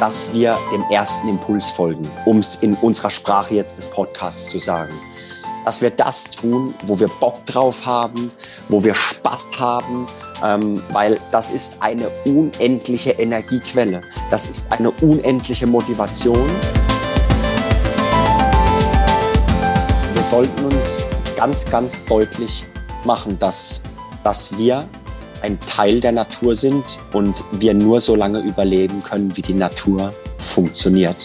dass wir dem ersten Impuls folgen, um es in unserer Sprache jetzt des Podcasts zu sagen. Dass wir das tun, wo wir Bock drauf haben, wo wir Spaß haben, weil das ist eine unendliche Energiequelle. Das ist eine unendliche Motivation. Wir sollten uns ganz, ganz deutlich machen, dass wir ein Teil der Natur sind und wir nur so lange überleben können, wie die Natur funktioniert.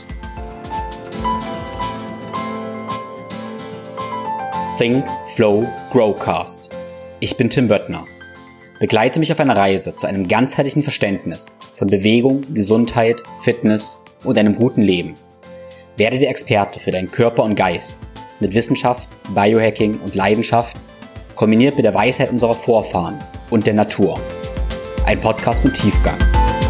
Think, Flow, Growcast. Ich bin Tim Böttner. Begleite mich auf einer Reise zu einem ganzheitlichen Verständnis von Bewegung, Gesundheit, Fitness und einem guten Leben. Werde der Experte für deinen Körper und Geist mit Wissenschaft, Biohacking und Leidenschaft, kombiniert mit der Weisheit unserer Vorfahren und der Natur. Ein Podcast mit Tiefgang.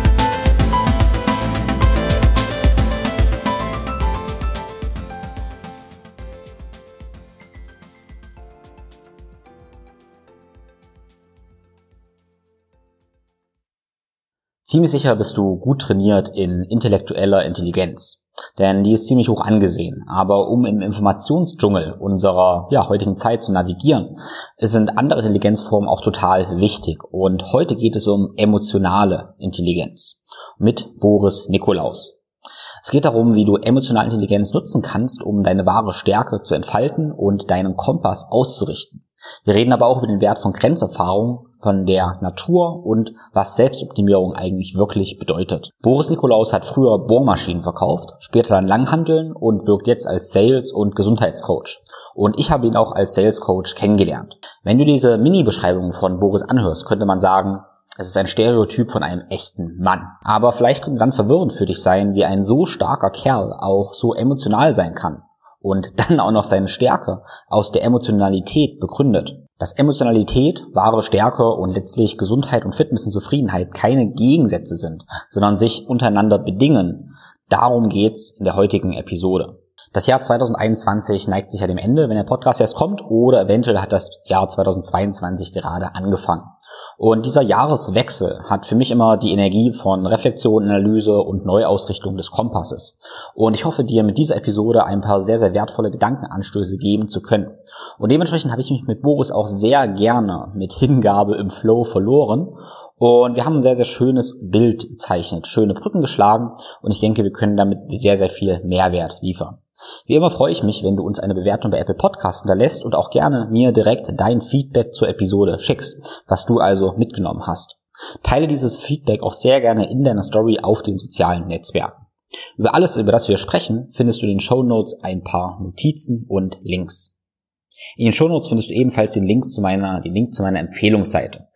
Ziemlich sicher bist du gut trainiert in intellektueller Intelligenz, denn die ist ziemlich hoch angesehen. Aber um im Informationsdschungel unserer heutigen Zeit zu navigieren, sind andere Intelligenzformen auch total wichtig. Und heute geht es um emotionale Intelligenz mit Boris Nikolaus. Es geht darum, wie du emotionale Intelligenz nutzen kannst, um deine wahre Stärke zu entfalten und deinen Kompass auszurichten. Wir reden aber auch über den Wert von Grenzerfahrung, von der Natur und was Selbstoptimierung eigentlich wirklich bedeutet. Boris Nikolaus hat früher Bohrmaschinen verkauft, später dann Langhanteln und wirkt jetzt als Sales- und Gesundheitscoach. Und ich habe ihn auch als Sales Coach kennengelernt. Wenn du diese Mini-Beschreibung von Boris anhörst, könnte man sagen, es ist ein Stereotyp von einem echten Mann. Aber vielleicht könnte dann verwirrend für dich sein, wie ein so starker Kerl auch so emotional sein kann. Und dann auch noch seine Stärke aus der Emotionalität begründet. Dass Emotionalität, wahre Stärke und letztlich Gesundheit und Fitness und Zufriedenheit keine Gegensätze sind, sondern sich untereinander bedingen. Darum geht's in der heutigen Episode. Das Jahr 2021 neigt sich ja dem Ende, wenn der Podcast erst kommt, oder eventuell hat das Jahr 2022 gerade angefangen. Und dieser Jahreswechsel hat für mich immer die Energie von Reflexion, Analyse und Neuausrichtung des Kompasses. Und ich hoffe, dir mit dieser Episode ein paar sehr, sehr wertvolle Gedankenanstöße geben zu können. Und dementsprechend habe ich mich mit Boris auch sehr gerne mit Hingabe im Flow verloren. Und wir haben ein sehr, sehr schönes Bild gezeichnet, schöne Brücken geschlagen. Und ich denke, wir können damit sehr, sehr viel Mehrwert liefern. Wie immer freue ich mich, wenn du uns eine Bewertung bei Apple Podcasts hinterlässt und auch gerne mir direkt dein Feedback zur Episode schickst, was du also mitgenommen hast. Teile dieses Feedback auch sehr gerne in deiner Story auf den sozialen Netzwerken. Über alles, über das wir sprechen, findest du in den Shownotes ein paar Notizen und Links. In den Shownotes findest du ebenfalls den Link zu meiner Empfehlungsseite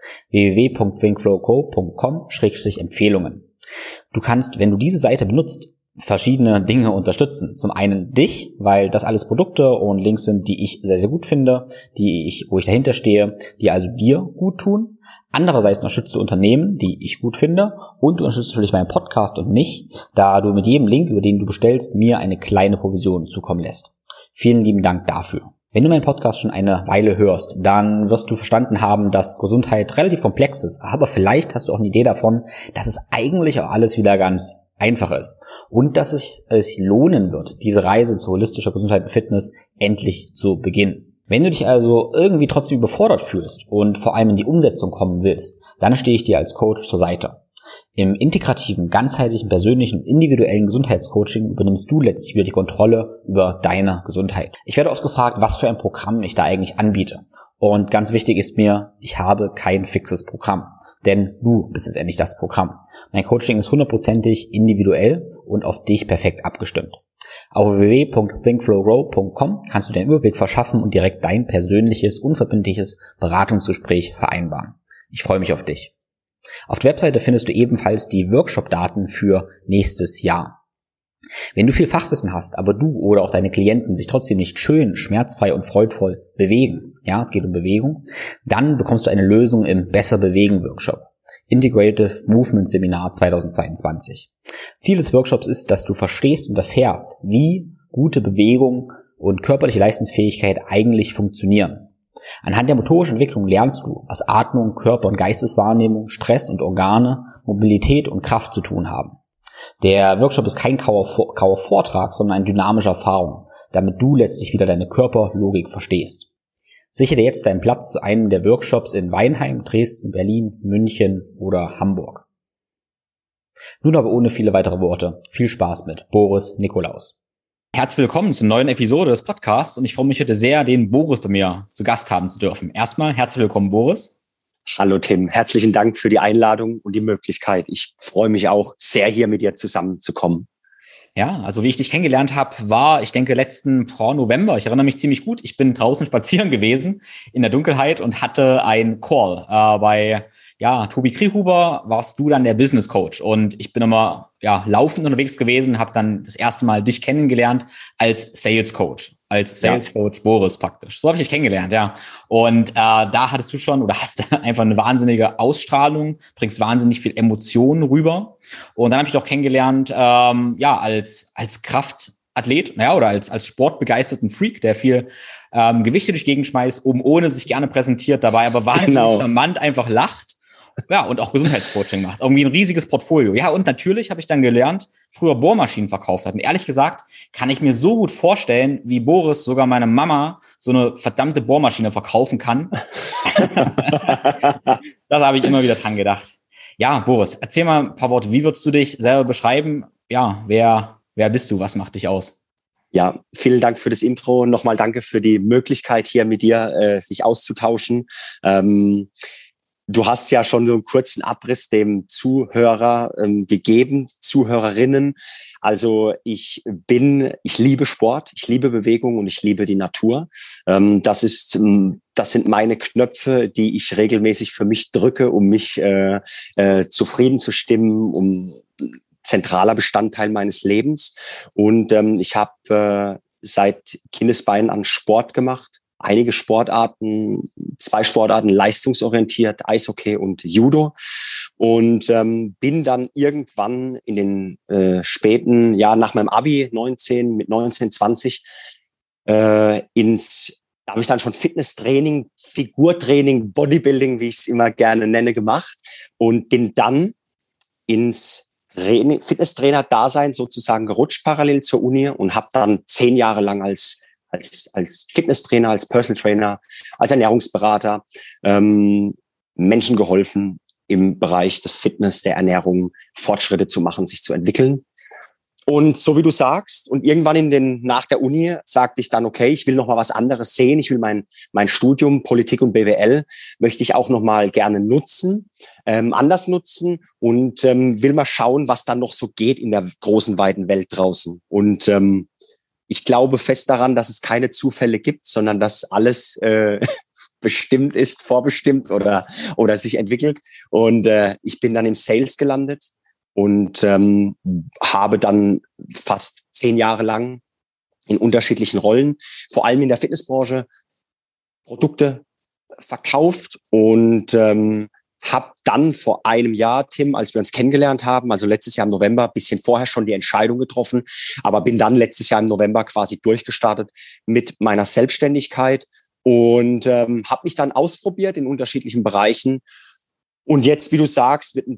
www.thinkflowco.com/Empfehlungen. Du kannst, wenn du diese Seite benutzt, verschiedene Dinge unterstützen. Zum einen dich, weil das alles Produkte und Links sind, die ich sehr, sehr gut finde, wo ich dahinter stehe, die also dir gut tun. Andererseits unterstützt du Unternehmen, die ich gut finde, und du unterstützt natürlich meinen Podcast und mich, da du mit jedem Link, über den du bestellst, mir eine kleine Provision zukommen lässt. Vielen lieben Dank dafür. Wenn du meinen Podcast schon eine Weile hörst, dann wirst du verstanden haben, dass Gesundheit relativ komplex ist, aber vielleicht hast du auch eine Idee davon, dass es eigentlich auch alles wieder ganz einfach ist und dass es lohnen wird, diese Reise zu holistischer Gesundheit und Fitness endlich zu beginnen. Wenn du dich also irgendwie trotzdem überfordert fühlst und vor allem in die Umsetzung kommen willst, dann stehe ich dir als Coach zur Seite. Im integrativen, ganzheitlichen, persönlichen und individuellen Gesundheitscoaching übernimmst du letztlich wieder die Kontrolle über deine Gesundheit. Ich werde oft gefragt, was für ein Programm ich da eigentlich anbiete. Und ganz wichtig ist mir, ich habe kein fixes Programm. Denn du bist letztendlich das Programm. Mein Coaching ist 100% individuell und auf dich perfekt abgestimmt. Auf www.thinkflowgrow.com kannst du den Überblick verschaffen und direkt dein persönliches, unverbindliches Beratungsgespräch vereinbaren. Ich freue mich auf dich. Auf der Webseite findest du ebenfalls die Workshop-Daten für nächstes Jahr. Wenn du viel Fachwissen hast, aber du oder auch deine Klienten sich trotzdem nicht schön, schmerzfrei und freudvoll bewegen, ja, es geht um Bewegung, dann bekommst du eine Lösung im Besser Bewegen Workshop. Integrative Movement Seminar 2022. Ziel des Workshops ist, dass du verstehst und erfährst, wie gute Bewegung und körperliche Leistungsfähigkeit eigentlich funktionieren. Anhand der motorischen Entwicklung lernst du, was Atmung, Körper- und Geisteswahrnehmung, Stress und Organe, Mobilität und Kraft zu tun haben. Der Workshop ist kein grauer Vortrag, sondern eine dynamische Erfahrung, damit du letztlich wieder deine Körperlogik verstehst. Sichere dir jetzt deinen Platz zu einem der Workshops in Weinheim, Dresden, Berlin, München oder Hamburg. Nun aber ohne viele weitere Worte. Viel Spaß mit Boris Nikolaus. Herzlich willkommen zur neuen Episode des Podcasts und ich freue mich heute sehr, den Boris bei mir zu Gast haben zu dürfen. Erstmal herzlich willkommen, Boris. Hallo Tim, herzlichen Dank für die Einladung und die Möglichkeit. Ich freue mich auch sehr, hier mit dir zusammenzukommen. Ja, also wie ich dich kennengelernt habe, war, ich denke, letzten November. Ich erinnere mich ziemlich gut. Ich bin draußen spazieren gewesen in der Dunkelheit und hatte einen Call bei Tobi Kriehuber warst du dann der Business Coach und ich bin immer laufend unterwegs gewesen, habe dann das erste Mal dich kennengelernt als Sales Coach, Coach Boris praktisch. So habe ich dich kennengelernt, ja. Und da hattest du schon oder hast einfach eine wahnsinnige Ausstrahlung, bringst wahnsinnig viel Emotionen rüber. Und dann habe ich dich auch kennengelernt, als Kraftathlet, oder als sportbegeisterten Freak, der viel Gewichte durch die Gegend schmeißt, ohne sich gerne präsentiert, dabei aber wahnsinnig charmant einfach lacht. Ja, und auch Gesundheitscoaching macht. Irgendwie ein riesiges Portfolio. Ja, und natürlich habe ich dann gelernt, früher Bohrmaschinen verkauft hat. Und ehrlich gesagt, kann ich mir so gut vorstellen, wie Boris sogar meiner Mama so eine verdammte Bohrmaschine verkaufen kann. Das habe ich immer wieder dran gedacht. Ja, Boris, erzähl mal ein paar Worte. Wie würdest du dich selber beschreiben? Ja, wer bist du? Was macht dich aus? Ja, vielen Dank für das Intro. Nochmal danke für die Möglichkeit, hier mit dir sich auszutauschen. Du hast ja schon so einen kurzen Abriss dem Zuhörer gegeben, Zuhörerinnen. Also ich liebe Sport, ich liebe Bewegung und ich liebe die Natur. Das sind meine Knöpfe, die ich regelmäßig für mich drücke, um mich zufrieden zu stimmen, um zentraler Bestandteil meines Lebens. Und ich habe seit Kindesbeinen an Sport gemacht. Einige Sportarten, 2 Sportarten leistungsorientiert, Eishockey und Judo. Und bin dann irgendwann in den späten Jahren nach meinem Abi, mit 19, 20, da habe ich dann schon Fitnesstraining, Figurtraining, Bodybuilding, wie ich es immer gerne nenne, gemacht und bin dann ins Fitnesstrainer-Dasein sozusagen gerutscht parallel zur Uni und habe dann 10 Jahre lang als Fitnesstrainer, als Personal Trainer, als Ernährungsberater Menschen geholfen, im Bereich des Fitness, der Ernährung Fortschritte zu machen, sich zu entwickeln. Und so wie du sagst, und irgendwann nach der Uni sagte ich dann, okay, ich will noch mal was anderes sehen. Ich will mein Studium Politik und BWL möchte ich auch noch mal gerne anders nutzen und will mal schauen, was dann noch so geht in der großen, weiten Welt draußen. Und ich glaube fest daran, dass es keine Zufälle gibt, sondern dass alles bestimmt ist, vorbestimmt oder sich entwickelt. Und ich bin dann im Sales gelandet und habe dann fast 10 Jahre lang in unterschiedlichen Rollen, vor allem in der Fitnessbranche, Produkte verkauft und habe dann vor einem Jahr, Tim, als wir uns kennengelernt haben, also letztes Jahr im November, bisschen vorher schon die Entscheidung getroffen, aber bin dann letztes Jahr im November quasi durchgestartet mit meiner Selbstständigkeit und habe mich dann ausprobiert in unterschiedlichen Bereichen. Und jetzt, wie du sagst, wird ein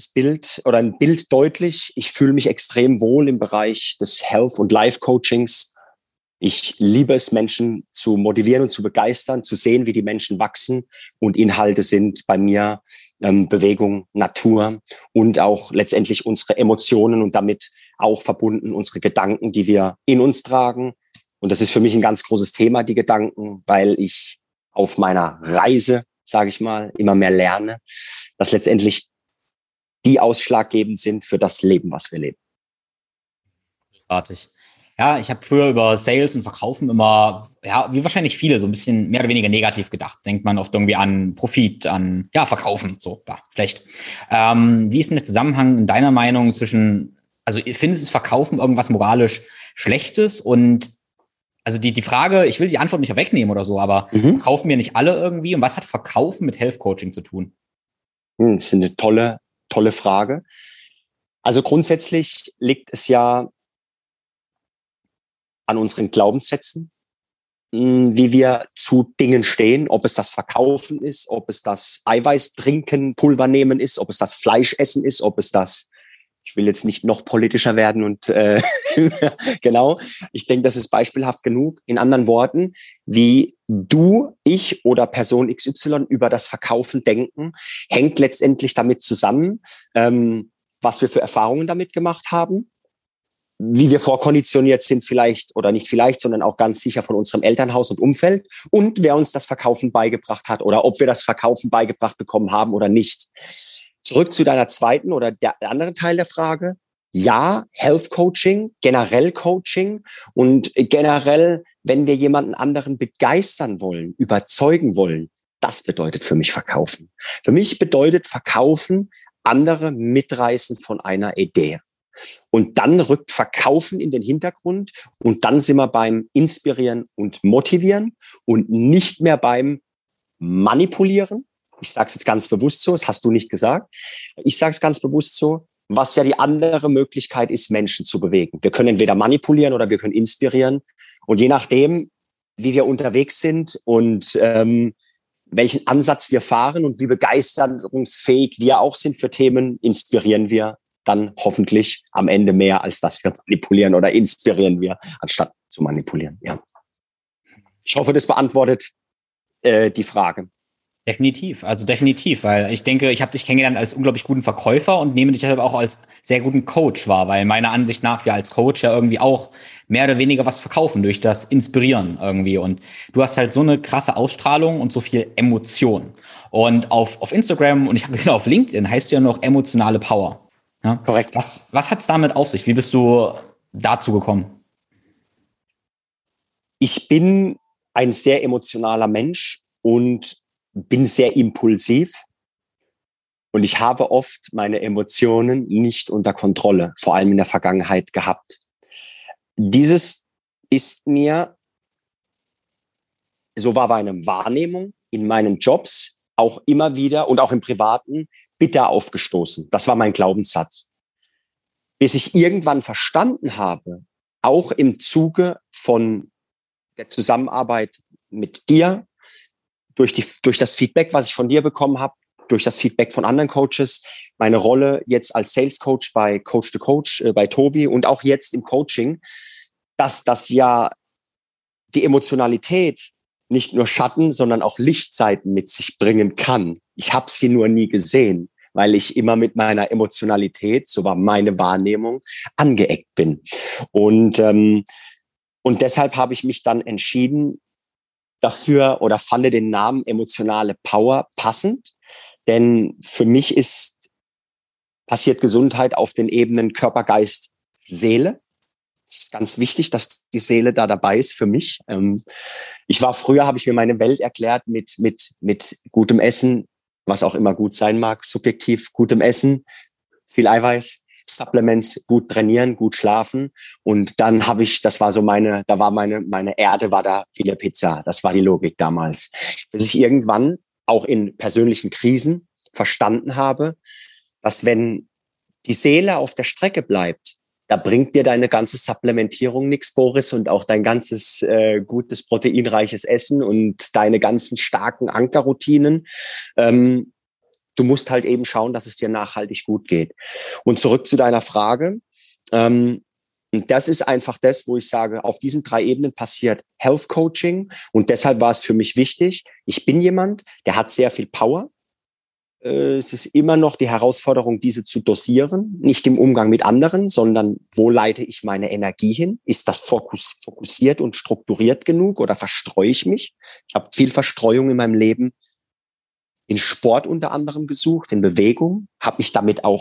Bild deutlich. Ich fühle mich extrem wohl im Bereich des Health- und Life-Coachings. Ich liebe es, Menschen zu motivieren und zu begeistern, zu sehen, wie die Menschen wachsen. Und Inhalte sind bei mir Bewegung, Natur und auch letztendlich unsere Emotionen und damit auch verbunden unsere Gedanken, die wir in uns tragen. Und das ist für mich ein ganz großes Thema, die Gedanken, weil ich auf meiner Reise, sage ich mal, immer mehr lerne, dass letztendlich die ausschlaggebend sind für das Leben, was wir leben. Großartig. Ja, ich habe früher über Sales und Verkaufen immer, wie wahrscheinlich viele, so ein bisschen mehr oder weniger negativ gedacht. Denkt man oft irgendwie an Profit, an Verkaufen, so, schlecht. Wie ist denn der Zusammenhang in deiner Meinung zwischen, also findest du Verkaufen irgendwas moralisch Schlechtes? Und also die Frage, ich will die Antwort nicht wegnehmen oder so, aber verkaufen wir nicht alle irgendwie? Und was hat Verkaufen mit Health Coaching zu tun? Das ist eine tolle Frage. Also grundsätzlich liegt es ja an unseren Glaubenssätzen, wie wir zu Dingen stehen, ob es das Verkaufen ist, ob es das Eiweiß trinken, Pulver nehmen ist, ob es das Fleisch essen ist, ob es das Ich will jetzt nicht noch politischer werden und genau, ich denke, das ist beispielhaft genug. In anderen Worten, wie du, ich oder Person XY über das Verkaufen denken, hängt letztendlich damit zusammen, was wir für Erfahrungen damit gemacht haben, wie wir vorkonditioniert sind vielleicht oder nicht vielleicht, sondern auch ganz sicher von unserem Elternhaus und Umfeld und wer uns das Verkaufen beigebracht hat oder ob wir das Verkaufen beigebracht bekommen haben oder nicht. Zurück zu deiner zweiten oder der anderen Teil der Frage. Ja, Health Coaching, generell Coaching und generell, wenn wir jemanden anderen begeistern wollen, überzeugen wollen, das bedeutet für mich Verkaufen. Für mich bedeutet Verkaufen, andere mitreißen von einer Idee. Und dann rückt Verkaufen in den Hintergrund und dann sind wir beim Inspirieren und Motivieren und nicht mehr beim Manipulieren. Ich sage es jetzt ganz bewusst so, das hast du nicht gesagt. Ich sage es ganz bewusst so, was ja die andere Möglichkeit ist, Menschen zu bewegen. Wir können entweder manipulieren oder wir können inspirieren. Und je nachdem, wie wir unterwegs sind und welchen Ansatz wir fahren und wie begeisterungsfähig wir auch sind für Themen, inspirieren wir dann hoffentlich am Ende mehr, als dass wir manipulieren oder inspirieren wir, anstatt zu manipulieren. Ja. Ich hoffe, das beantwortet die Frage. Definitiv, weil ich denke, ich habe dich kennengelernt als unglaublich guten Verkäufer und nehme dich deshalb auch als sehr guten Coach wahr, weil meiner Ansicht nach wir als Coach ja irgendwie auch mehr oder weniger was verkaufen durch das Inspirieren irgendwie und du hast halt so eine krasse Ausstrahlung und so viel Emotion und auf Instagram und ich habe gesehen, auf LinkedIn heißt du ja noch emotionale Power. Ja? Korrekt. Was hat's damit auf sich? Wie bist du dazu gekommen? Ich bin ein sehr emotionaler Mensch und bin sehr impulsiv und ich habe oft meine Emotionen nicht unter Kontrolle, vor allem in der Vergangenheit gehabt. Dieses ist mir, so war meine Wahrnehmung in meinen Jobs auch immer wieder und auch im Privaten bitter aufgestoßen. Das war mein Glaubenssatz. Bis ich irgendwann verstanden habe, auch im Zuge von der Zusammenarbeit mit dir, durch das Feedback, was ich von dir bekommen habe, durch das Feedback von anderen Coaches, meine Rolle jetzt als Sales Coach bei Coach to Coach, bei Tobi und auch jetzt im Coaching, dass das ja die Emotionalität nicht nur Schatten, sondern auch Lichtseiten mit sich bringen kann. Ich habe sie nur nie gesehen, weil ich immer mit meiner Emotionalität, so war meine Wahrnehmung, angeeckt bin. Und deshalb habe ich mich dann entschieden, dafür oder fand den Namen emotionale Power passend, denn für mich passiert Gesundheit auf den Ebenen Körper, Geist, Seele. Es ist ganz wichtig, dass die Seele da dabei ist für mich. Früher habe ich mir meine Welt erklärt mit gutem Essen, was auch immer gut sein mag, subjektiv gutem Essen, viel Eiweiß, Supplements, gut trainieren, gut schlafen. Und dann meine Erde war da viele Pizza. Das war die Logik damals. Bis ich irgendwann auch in persönlichen Krisen verstanden habe, dass wenn die Seele auf der Strecke bleibt, da bringt dir deine ganze Supplementierung nichts, Boris, und auch dein ganzes gutes, proteinreiches Essen und deine ganzen starken Ankerroutinen. Du musst halt eben schauen, dass es dir nachhaltig gut geht. Und zurück zu deiner Frage. Und das ist einfach das, wo ich sage, auf diesen 3 Ebenen passiert Health Coaching. Und deshalb war es für mich wichtig. Ich bin jemand, der hat sehr viel Power. Es ist immer noch die Herausforderung, diese zu dosieren. Nicht im Umgang mit anderen, sondern wo leite ich meine Energie hin? Ist das fokussiert und strukturiert genug oder verstreue ich mich? Ich habe viel Verstreuung in meinem Leben in Sport unter anderem gesucht, in Bewegung, habe mich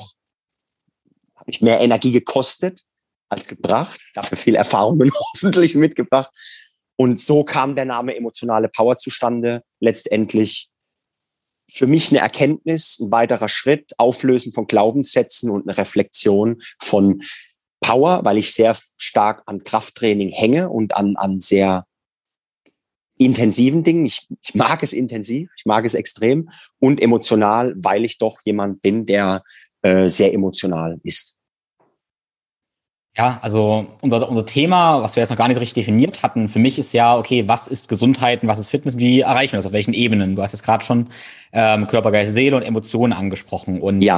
mehr Energie gekostet als gebracht, dafür viel Erfahrungen hoffentlich mitgebracht. Und so kam der Name emotionale Power zustande. Letztendlich für mich eine Erkenntnis, ein weiterer Schritt, Auflösen von Glaubenssätzen und eine Reflexion von Power, weil ich sehr stark an Krafttraining hänge und an sehr intensiven Dingen. Ich mag es intensiv, ich mag es extrem und emotional, weil ich doch jemand bin, der sehr emotional ist. Ja, also unser Thema, was wir jetzt noch gar nicht so richtig definiert hatten, für mich ist ja, okay, was ist Gesundheit und was ist Fitness? Wie erreichen wir das? Auf welchen Ebenen? Du hast jetzt gerade schon Körper, Geist, Seele und Emotionen angesprochen. Und ja,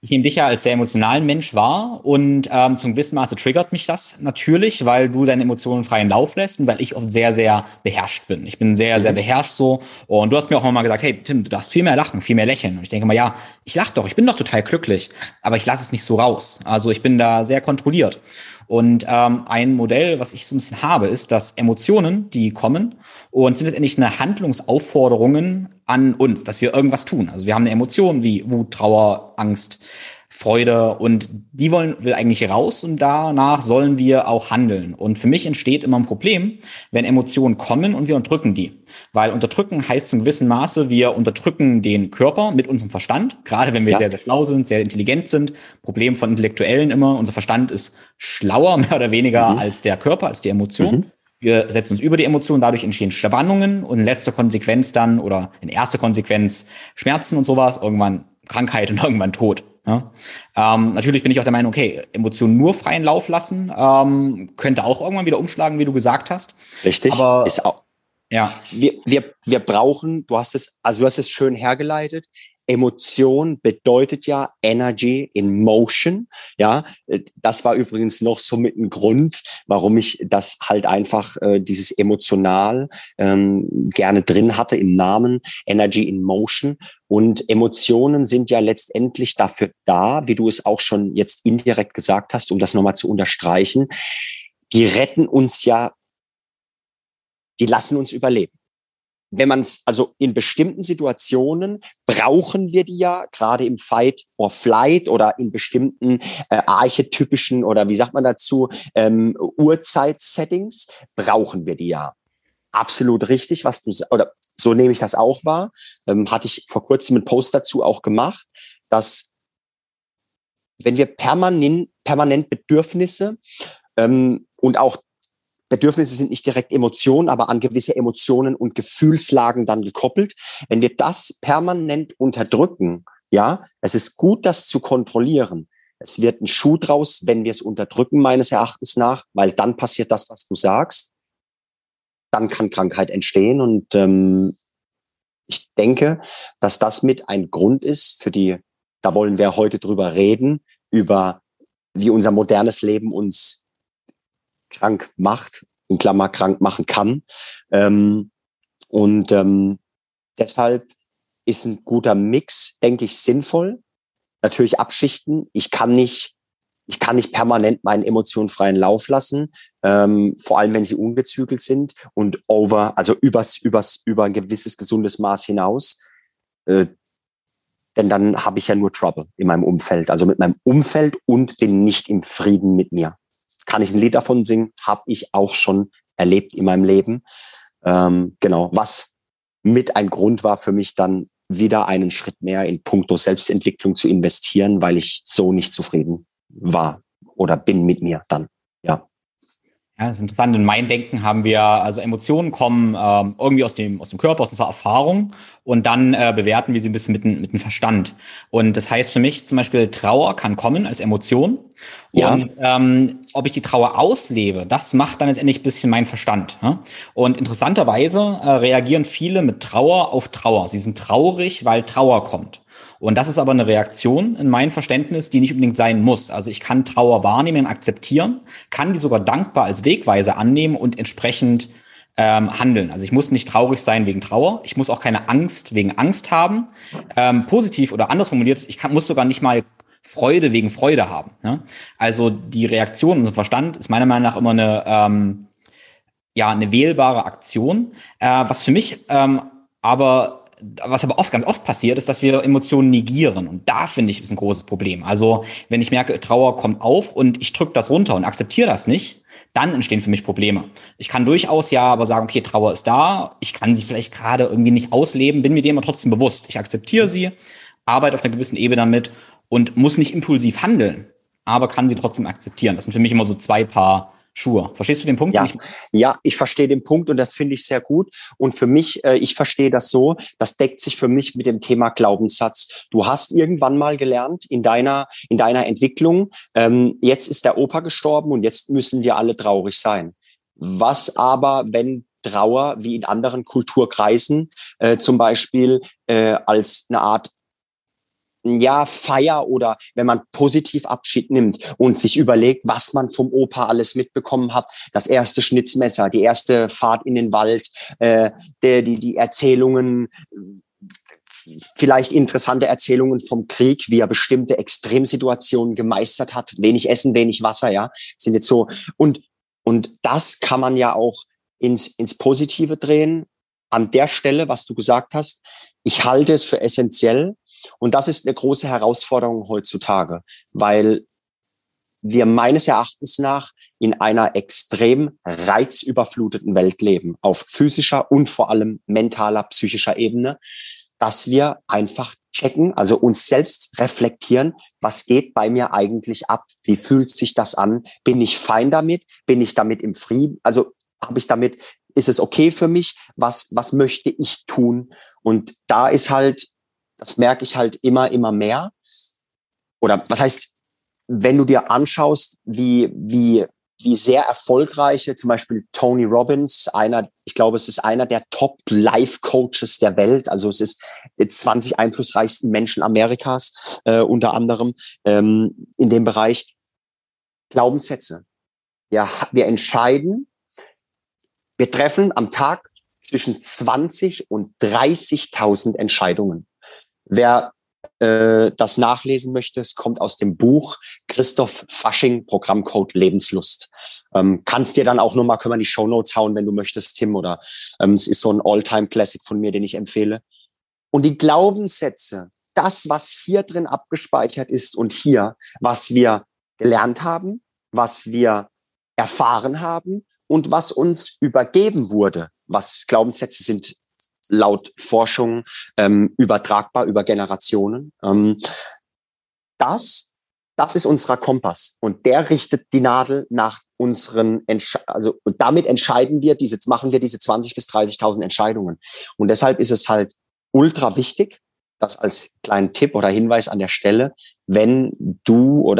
Ich nehme dich ja als sehr emotionalen Mensch wahr und zum gewissen Maße triggert mich das natürlich, weil du deine Emotionen freien Lauf lässt und weil ich oft sehr, sehr beherrscht bin. Ich bin sehr, sehr beherrscht so und du hast mir auch mal gesagt, hey Tim, du darfst viel mehr lachen, viel mehr lächeln. Und ich denke mal, ja, ich lache doch, ich bin doch total glücklich, aber ich lasse es nicht so raus. Also ich bin da sehr kontrolliert. Und ein Modell, was ich so ein bisschen habe, ist, dass Emotionen, die kommen und sind letztendlich eine Handlungsaufforderungen an uns, dass wir irgendwas tun. Also wir haben eine Emotion wie Wut, Trauer, Angst, Freude und die will eigentlich raus und danach sollen wir auch handeln. Und für mich entsteht immer ein Problem, wenn Emotionen kommen und wir unterdrücken die. Weil unterdrücken heißt zum gewissen Maße, wir unterdrücken den Körper mit unserem Verstand, gerade wenn wir Ja. sehr, sehr schlau sind, sehr intelligent sind. Problem von Intellektuellen immer, unser Verstand ist schlauer mehr oder weniger Mhm. als der Körper, als die Emotion. Mhm. Wir setzen uns über die Emotionen, dadurch entstehen Spannungen und in letzter Konsequenz dann oder in erster Konsequenz Schmerzen und sowas, irgendwann Krankheit und irgendwann Tod. Ja? Natürlich bin ich auch der Meinung, okay, Emotionen nur freien Lauf lassen, könnte auch irgendwann wieder umschlagen, wie du gesagt hast. Richtig. Aber Ist auch, ja, wir brauchen, du hast es schön hergeleitet. Emotion bedeutet ja Energy in Motion. Ja, das war übrigens noch so mit ein Grund, warum ich das halt einfach, dieses emotional, gerne drin hatte im Namen Energy in Motion. Und Emotionen sind ja letztendlich dafür da, wie du es auch schon jetzt indirekt gesagt hast, um das nochmal zu unterstreichen. Die retten uns ja, die lassen uns überleben. Wenn man es, also in bestimmten Situationen brauchen wir die ja, gerade im Fight or Flight oder in bestimmten archetypischen oder wie sagt man dazu, Uhrzeitsettings brauchen wir die ja. Absolut richtig, was du, oder so nehme ich das auch wahr. Hatte ich vor kurzem einen Post dazu auch gemacht, dass wenn wir permanent Bedürfnisse und auch Bedürfnisse sind nicht direkt Emotionen, aber an gewisse Emotionen und Gefühlslagen dann gekoppelt. Wenn wir das permanent unterdrücken, ja, es ist gut, das zu kontrollieren. Es wird ein Schuh draus, wenn wir es unterdrücken, meines Erachtens nach, weil dann passiert das, was du sagst. Dann kann Krankheit entstehen und ich denke, dass das mit ein Grund ist für die, da wollen wir heute drüber reden, über wie unser modernes Leben uns krank macht, in Klammer krank machen kann. Und deshalb ist ein guter Mix, denke ich, sinnvoll. Natürlich abschichten. Ich kann nicht permanent meinen Emotionen freien Lauf lassen, vor allem wenn sie ungezügelt sind und also über ein gewisses gesundes Maß hinaus. Denn dann habe ich ja nur Trouble in meinem Umfeld, also mit meinem Umfeld und bin nicht im Frieden mit mir. Kann ich ein Lied davon singen? Habe ich auch schon erlebt in meinem Leben. Genau, was mit ein Grund war für mich dann wieder einen Schritt mehr in puncto Selbstentwicklung zu investieren, weil ich so nicht zufrieden war oder bin mit mir dann. Ja. Ja, das ist interessant. In meinem Denken haben wir, also Emotionen kommen irgendwie aus dem Körper, aus unserer Erfahrung und dann bewerten wir sie ein bisschen mit dem Verstand. Und das heißt für mich zum Beispiel, Trauer kann kommen als Emotion. Ja. Und ob ich die Trauer auslebe, das macht dann letztendlich ein bisschen mein Verstand. Ja? Und interessanterweise reagieren viele mit Trauer auf Trauer. Sie sind traurig, weil Trauer kommt. Und das ist aber eine Reaktion in meinem Verständnis, die nicht unbedingt sein muss. Also ich kann Trauer wahrnehmen und akzeptieren, kann die sogar dankbar als Wegweiser annehmen und entsprechend handeln. Also ich muss nicht traurig sein wegen Trauer. Ich muss auch keine Angst wegen Angst haben. Positiv oder anders formuliert, muss sogar nicht mal Freude wegen Freude haben. Ne? Also die Reaktion, unser Verstand ist meiner Meinung nach immer eine wählbare Aktion. Was für mich was aber ganz oft passiert, ist, dass wir Emotionen negieren. Und da finde ich, ist ein großes Problem. Also, wenn ich merke, Trauer kommt auf und ich drücke das runter und akzeptiere das nicht, dann entstehen für mich Probleme. Ich kann durchaus ja aber sagen, okay, Trauer ist da, ich kann sie vielleicht gerade irgendwie nicht ausleben, bin mir dem aber trotzdem bewusst. Ich akzeptiere sie, arbeite auf einer gewissen Ebene damit und muss nicht impulsiv handeln, aber kann sie trotzdem akzeptieren. Das sind für mich immer so zwei Paar Schuhe. Verstehst du den Punkt? Ja, ich verstehe den Punkt und das finde ich sehr gut. Und für mich, ich verstehe das so, das deckt sich für mich mit dem Thema Glaubenssatz. Du hast irgendwann mal gelernt in deiner Entwicklung, jetzt ist der Opa gestorben und jetzt müssen wir alle traurig sein. Was aber, wenn Trauer, wie in anderen Kulturkreisen, zum Beispiel als eine Art ja, Feier oder wenn man positiv Abschied nimmt und sich überlegt, was man vom Opa alles mitbekommen hat, das erste Schnitzmesser, die erste Fahrt in den Wald, die Erzählungen, vielleicht interessante Erzählungen vom Krieg, wie er bestimmte Extremsituationen gemeistert hat, wenig Essen, wenig Wasser, ja, sind jetzt so, und das kann man ja auch ins Positive drehen. An der Stelle, was du gesagt hast, ich halte es für essentiell. Und das ist eine große Herausforderung heutzutage, weil wir meines Erachtens nach in einer extrem reizüberfluteten Welt leben, auf physischer und vor allem mentaler, psychischer Ebene, dass wir einfach checken, also uns selbst reflektieren, was geht bei mir eigentlich ab? Wie fühlt sich das an? Bin ich fein damit? Bin ich damit im Frieden? Also habe ich damit, ist es okay für mich? Was möchte ich tun? Und da ist halt, das merke ich halt immer mehr. Oder was heißt, wenn du dir anschaust, wie sehr erfolgreiche, zum Beispiel Tony Robbins, ich glaube, es ist einer der Top-Life-Coaches der Welt. Also es ist 20 einflussreichsten Menschen Amerikas, unter anderem, in dem Bereich Glaubenssätze. Ja, wir entscheiden, wir treffen am Tag zwischen 20 und 30.000 Entscheidungen. Wer das nachlesen möchte, es kommt aus dem Buch Christoph Fasching, Programmcode Lebenslust. Kannst dir dann auch nochmal, können wir in die Shownotes hauen, wenn du möchtest, Tim, oder es ist so ein All-Time-Classic von mir, den ich empfehle. Und die Glaubenssätze, das, was hier drin abgespeichert ist und hier, was wir gelernt haben, was wir erfahren haben und was uns übergeben wurde, was Glaubenssätze sind, laut Forschung übertragbar über Generationen. Das ist unser Kompass und der richtet die Nadel nach unseren und damit machen wir diese 20 bis 30.000 Entscheidungen. Und deshalb ist es halt ultra wichtig, das als kleinen Tipp oder Hinweis an der Stelle, wenn du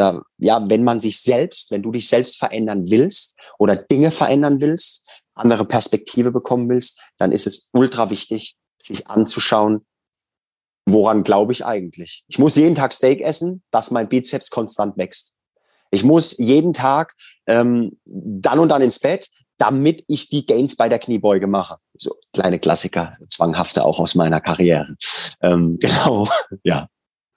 dich selbst verändern willst oder Dinge verändern willst, andere Perspektive bekommen willst, dann ist es ultra wichtig, sich anzuschauen, woran glaube ich eigentlich? Ich muss jeden Tag Steak essen, dass mein Bizeps konstant wächst. Ich muss jeden Tag dann und dann ins Bett, damit ich die Gains bei der Kniebeuge mache. So kleine Klassiker, zwanghafte auch aus meiner Karriere. Genau, ja.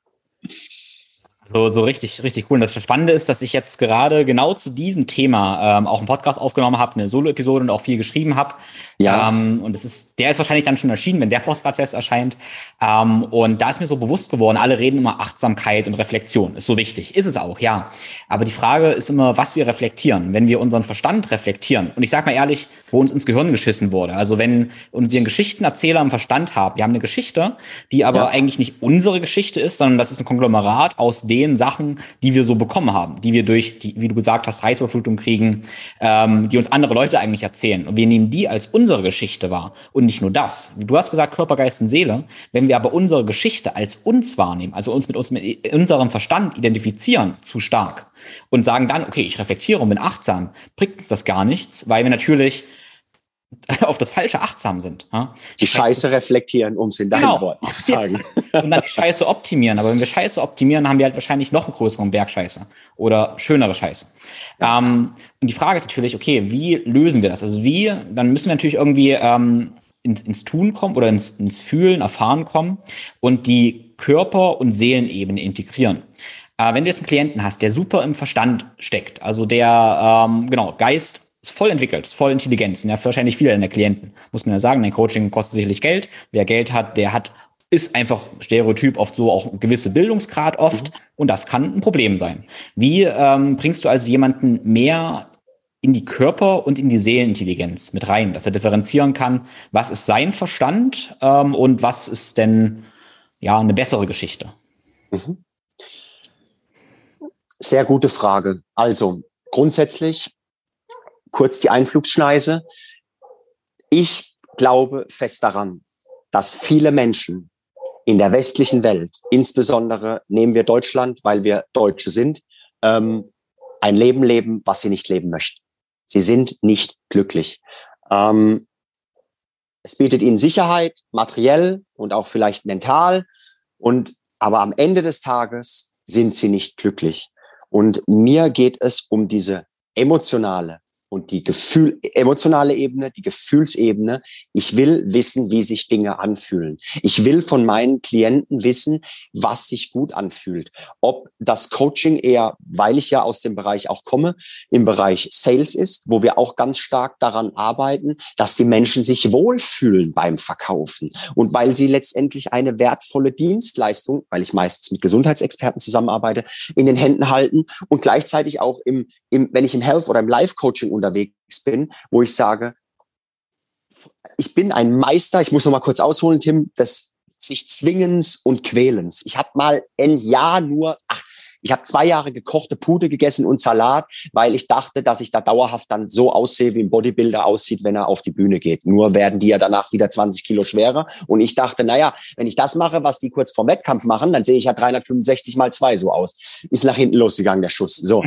So richtig, richtig cool. Und das Spannende ist, dass ich jetzt gerade genau zu diesem Thema auch einen Podcast aufgenommen habe, eine Solo-Episode und auch viel geschrieben habe. Ja. Und der ist wahrscheinlich dann schon erschienen, wenn der Podcast erst erscheint. Und da ist mir so bewusst geworden, alle reden immer Achtsamkeit und Reflexion. Ist so wichtig. Ist es auch, ja. Aber die Frage ist immer, was wir reflektieren. Wenn wir unseren Verstand reflektieren, und ich sag mal ehrlich, wo uns ins Gehirn geschissen wurde. Also wenn wir einen Geschichtenerzähler im Verstand haben, wir haben eine Geschichte, die aber eigentlich nicht unsere Geschichte ist, sondern das ist ein Konglomerat aus den Sachen, die wir so bekommen haben, die wir durch die, wie du gesagt hast, Reizüberflutung kriegen, die uns andere Leute eigentlich erzählen. Und wir nehmen die als unsere Geschichte wahr. Und nicht nur das. Du hast gesagt, Körper, Geist und Seele. Wenn wir aber unsere Geschichte als uns wahrnehmen, also uns mit unserem Verstand identifizieren, zu stark, und sagen dann, okay, ich reflektiere und bin achtsam, bringt uns das gar nichts, weil wir natürlich auf das Falsche achtsam sind. Ja? Die Scheiße reflektieren, um es in deinen Worten zu sagen. Und dann die Scheiße optimieren. Aber wenn wir Scheiße optimieren, haben wir halt wahrscheinlich noch einen größeren Berg Scheiße oder schönere Scheiße. Ja. Und die Frage ist natürlich, okay, wie lösen wir das? Also dann müssen wir natürlich irgendwie ins Tun kommen oder ins Fühlen, Erfahren kommen und die Körper- und Seelenebene integrieren. Wenn du jetzt einen Klienten hast, der super im Verstand steckt, also der, Geist ist voll entwickelt, ist voll intelligent, sind ja wahrscheinlich viele deiner Klienten, muss man ja sagen, dein Coaching kostet sicherlich Geld. Wer Geld hat, ist einfach Stereotyp oft so auch ein gewisser Bildungsgrad oft und das kann ein Problem sein. Wie bringst du also jemanden mehr in die Körper- und in die Seelenintelligenz mit rein, dass er differenzieren kann, was ist sein Verstand und was ist denn eine bessere Geschichte? Mhm. Sehr gute Frage. Also grundsätzlich kurz die Einflugschneise. Ich glaube fest daran, dass viele Menschen in der westlichen Welt, insbesondere nehmen wir Deutschland, weil wir Deutsche sind, ein Leben leben, was sie nicht leben möchten. Sie sind nicht glücklich. Es bietet ihnen Sicherheit, materiell und auch vielleicht mental. Und aber am Ende des Tages sind sie nicht glücklich. Und mir geht es um diese emotionale und die emotionale Ebene, die Gefühlsebene. Ich will wissen, wie sich Dinge anfühlen. Ich will von meinen Klienten wissen, was sich gut anfühlt. Ob das Coaching eher, weil ich ja aus dem Bereich auch komme, im Bereich Sales ist, wo wir auch ganz stark daran arbeiten, dass die Menschen sich wohlfühlen beim Verkaufen. Und weil sie letztendlich eine wertvolle Dienstleistung, weil ich meistens mit Gesundheitsexperten zusammenarbeite, in den Händen halten und gleichzeitig auch wenn ich im Health oder im Life-Coaching unterwegs bin, wo ich sage, ich bin ein Meister, ich muss noch mal kurz ausholen, Tim, des sich Zwingens und Quälens. Ich habe mal ich habe 2 Jahre gekochte Pute gegessen und Salat, weil ich dachte, dass ich da dauerhaft dann so aussehe, wie ein Bodybuilder aussieht, wenn er auf die Bühne geht. Nur werden die ja danach wieder 20 Kilo schwerer. Und ich dachte, naja, wenn ich das mache, was die kurz vorm Wettkampf machen, dann sehe ich ja 365 mal 2 so aus. Ist nach hinten losgegangen, der Schuss. So.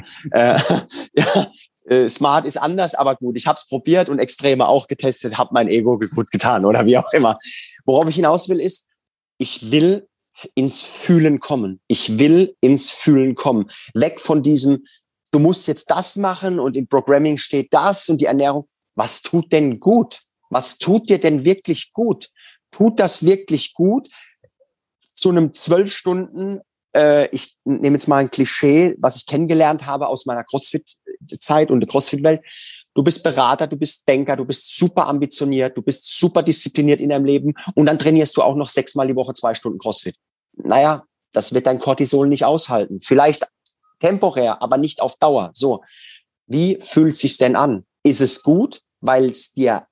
Smart ist anders, aber gut, ich habe es probiert und Extreme auch getestet, habe mein Ego gut getan oder wie auch immer. Worauf ich hinaus will, ist, ich will ins Fühlen kommen. Ich will ins Fühlen kommen. Weg von diesem, du musst jetzt das machen und im Programming steht das und die Ernährung. Was tut denn gut? Was tut dir denn wirklich gut? Tut das wirklich gut, zu einem 12 Stunden, ich nehme jetzt mal ein Klischee, was ich kennengelernt habe aus meiner CrossFit-Zeit und der CrossFit-Welt. Du bist Berater, du bist Banker, du bist super ambitioniert, du bist super diszipliniert in deinem Leben und dann trainierst du auch noch 6-mal die Woche 2 Stunden CrossFit. Naja, das wird dein Cortisol nicht aushalten. Vielleicht temporär, aber nicht auf Dauer. So, wie fühlt sich's denn an? Ist es gut, weil es dir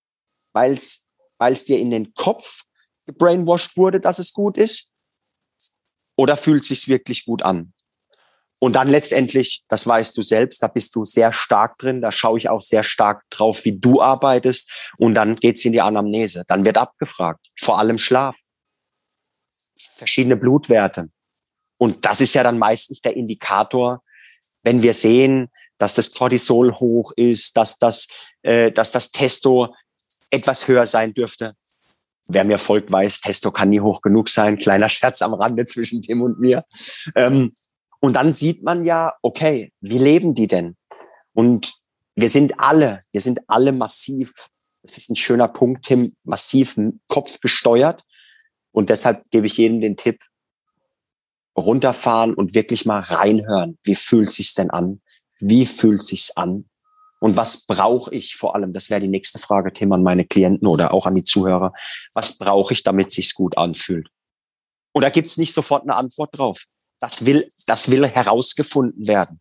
in den Kopf gebrainwashed wurde, dass es gut ist? Oder fühlt sich's wirklich gut an? Und dann letztendlich, das weißt du selbst, da bist du sehr stark drin, da schaue ich auch sehr stark drauf, wie du arbeitest und dann geht's in die Anamnese. Dann wird abgefragt, vor allem Schlaf, verschiedene Blutwerte. Und das ist ja dann meistens der Indikator, wenn wir sehen, dass das Cortisol hoch ist, dass das Testo etwas höher sein dürfte. Wer mir folgt, weiß, Testo kann nie hoch genug sein. Kleiner Scherz am Rande zwischen Tim und mir. Und dann sieht man ja, okay, wie leben die denn? Und wir sind alle massiv, das ist ein schöner Punkt, Tim, massiv Kopf gesteuert. Und deshalb gebe ich jedem den Tipp, runterfahren und wirklich mal reinhören. Wie fühlt sich's denn an? Wie fühlt sich's an? Und was brauche ich vor allem? Das wäre die nächste Frage, Tim, an meine Klienten oder auch an die Zuhörer. Was brauche ich, damit sich's gut anfühlt? Und da gibt's nicht sofort eine Antwort drauf. Das will herausgefunden werden.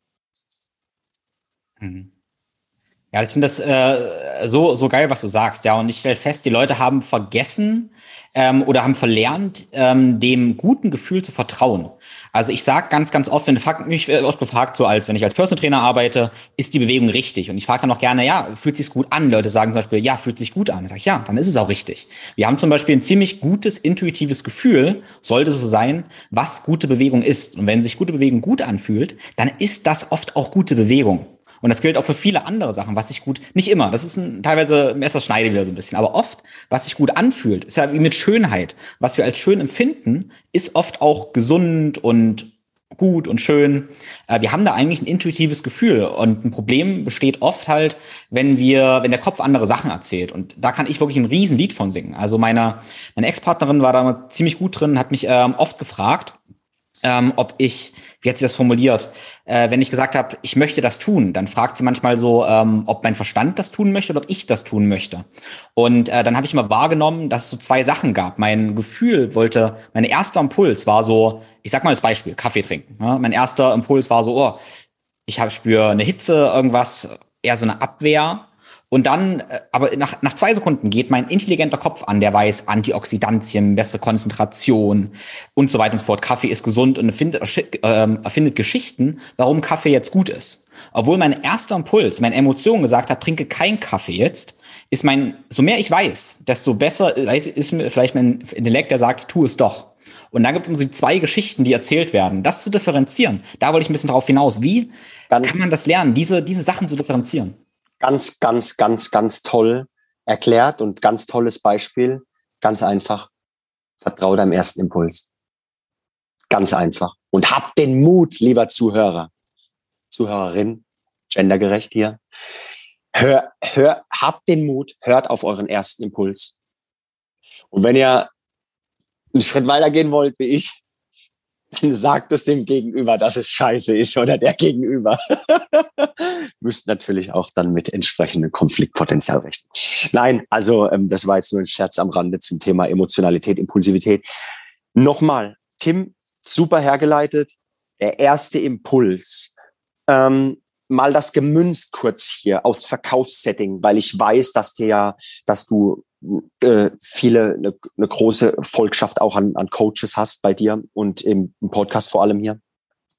Mhm. Ja, ich finde das so geil, was du sagst, ja. Und ich stelle fest, die Leute haben vergessen oder haben verlernt, dem guten Gefühl zu vertrauen. Also ich sage ganz, ganz oft, mich oft gefragt, so als wenn ich als Personal Trainer arbeite, ist die Bewegung richtig? Und ich frage dann auch gerne, ja, fühlt sich's gut an? Leute sagen zum Beispiel, ja, fühlt sich gut an. Dann sage ich, ja, dann ist es auch richtig. Wir haben zum Beispiel ein ziemlich gutes, intuitives Gefühl, sollte so sein, was gute Bewegung ist. Und wenn sich gute Bewegung gut anfühlt, dann ist das oft auch gute Bewegung. Und das gilt auch für viele andere Sachen, was sich gut, nicht immer, das ist teilweise Messerschneide wieder so ein bisschen, aber oft, was sich gut anfühlt, ist ja wie mit Schönheit. Was wir als schön empfinden, ist oft auch gesund und gut und schön. Wir haben da eigentlich ein intuitives Gefühl und ein Problem besteht oft halt, wenn der Kopf andere Sachen erzählt. Und da kann ich wirklich ein Riesenlied von singen. Also meine Ex-Partnerin war da ziemlich gut drin, hat mich oft gefragt, ob ich, wie hat sie das formuliert, wenn ich gesagt habe, ich möchte das tun, dann fragt sie manchmal so, ob mein Verstand das tun möchte oder ob ich das tun möchte. Und dann habe ich mal wahrgenommen, dass es so 2 Sachen gab. Mein erster Impuls war so, ich sag mal als Beispiel, Kaffee trinken. Ja? Mein erster Impuls war so, ich spüre eine Hitze, irgendwas, eher so eine Abwehr. Und dann, aber nach 2 Sekunden geht mein intelligenter Kopf an, der weiß Antioxidantien, bessere Konzentration und so weiter und so fort. Kaffee ist gesund und erfindet Geschichten, warum Kaffee jetzt gut ist. Obwohl mein erster Impuls, meine Emotion gesagt hat, trinke kein Kaffee jetzt, ist so mehr ich weiß, desto besser ist mir vielleicht mein Intellekt, der sagt, tu es doch. Und dann gibt es immer so 2 Geschichten, die erzählt werden. Das zu differenzieren, da wollte ich ein bisschen drauf hinaus. Wie kann man das lernen, diese Sachen zu differenzieren? Ganz, ganz, ganz, ganz toll erklärt und ganz tolles Beispiel. Ganz einfach. Vertraue deinem ersten Impuls. Ganz einfach. Und habt den Mut, lieber Zuhörer, Zuhörerin, gendergerecht hier. Habt den Mut, hört auf euren ersten Impuls. Und wenn ihr einen Schritt weiter gehen wollt wie ich, dann sagt es dem Gegenüber, dass es scheiße ist oder der Gegenüber. Müsst natürlich auch dann mit entsprechendem Konfliktpotenzial rechnen. Nein, also das war jetzt nur ein Scherz am Rande zum Thema Emotionalität, Impulsivität. Nochmal, Tim, super hergeleitet. Der erste Impuls. Mal das gemünzt kurz hier aus Verkaufssetting, weil ich weiß, dass du viele, eine große Volkschaft auch an Coaches hast bei dir und im Podcast vor allem hier.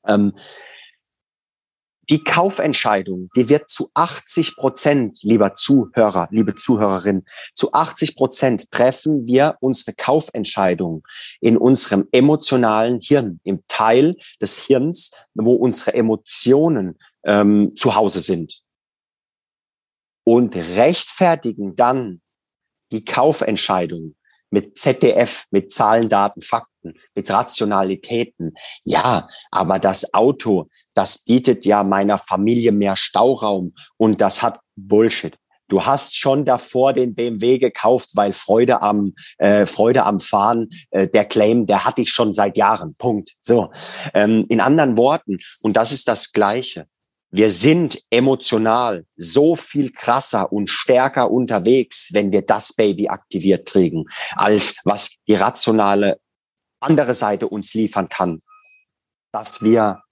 Die Kaufentscheidung, die wird zu 80%, lieber Zuhörer, liebe Zuhörerin, zu 80% treffen wir unsere Kaufentscheidung in unserem emotionalen Hirn, im Teil des Hirns, wo unsere Emotionen zu Hause sind. Und rechtfertigen dann die Kaufentscheidung mit ZDF, mit Zahlen, Daten, Fakten, mit Rationalitäten. Ja, aber das Auto, das bietet ja meiner Familie mehr Stauraum und das hat Bullshit. Du hast schon davor den BMW gekauft, weil Freude am Fahren, der Claim, der hatte ich schon seit Jahren. Punkt. So, in anderen Worten, und das ist das Gleiche. Wir sind emotional so viel krasser und stärker unterwegs, wenn wir das Baby aktiviert kriegen, als was die rationale andere Seite uns liefern kann. Dass wir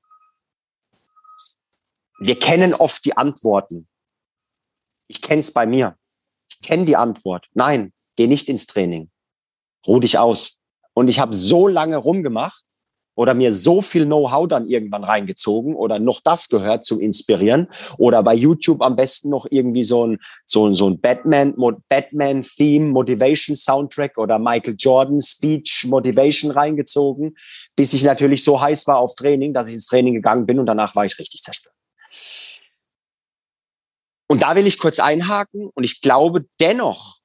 kennen oft die Antworten. Ich kenne es bei mir. Ich kenne die Antwort. Nein, geh nicht ins Training. Ruh dich aus. Und ich habe so lange rumgemacht, oder mir so viel Know-how dann irgendwann reingezogen oder noch das gehört zum Inspirieren oder bei YouTube am besten noch irgendwie so ein Batman-Theme, Motivation-Soundtrack oder Michael Jordan Speech Motivation reingezogen, bis ich natürlich so heiß war auf Training, dass ich ins Training gegangen bin und danach war ich richtig zerstört. Und da will ich kurz einhaken und ich glaube dennoch,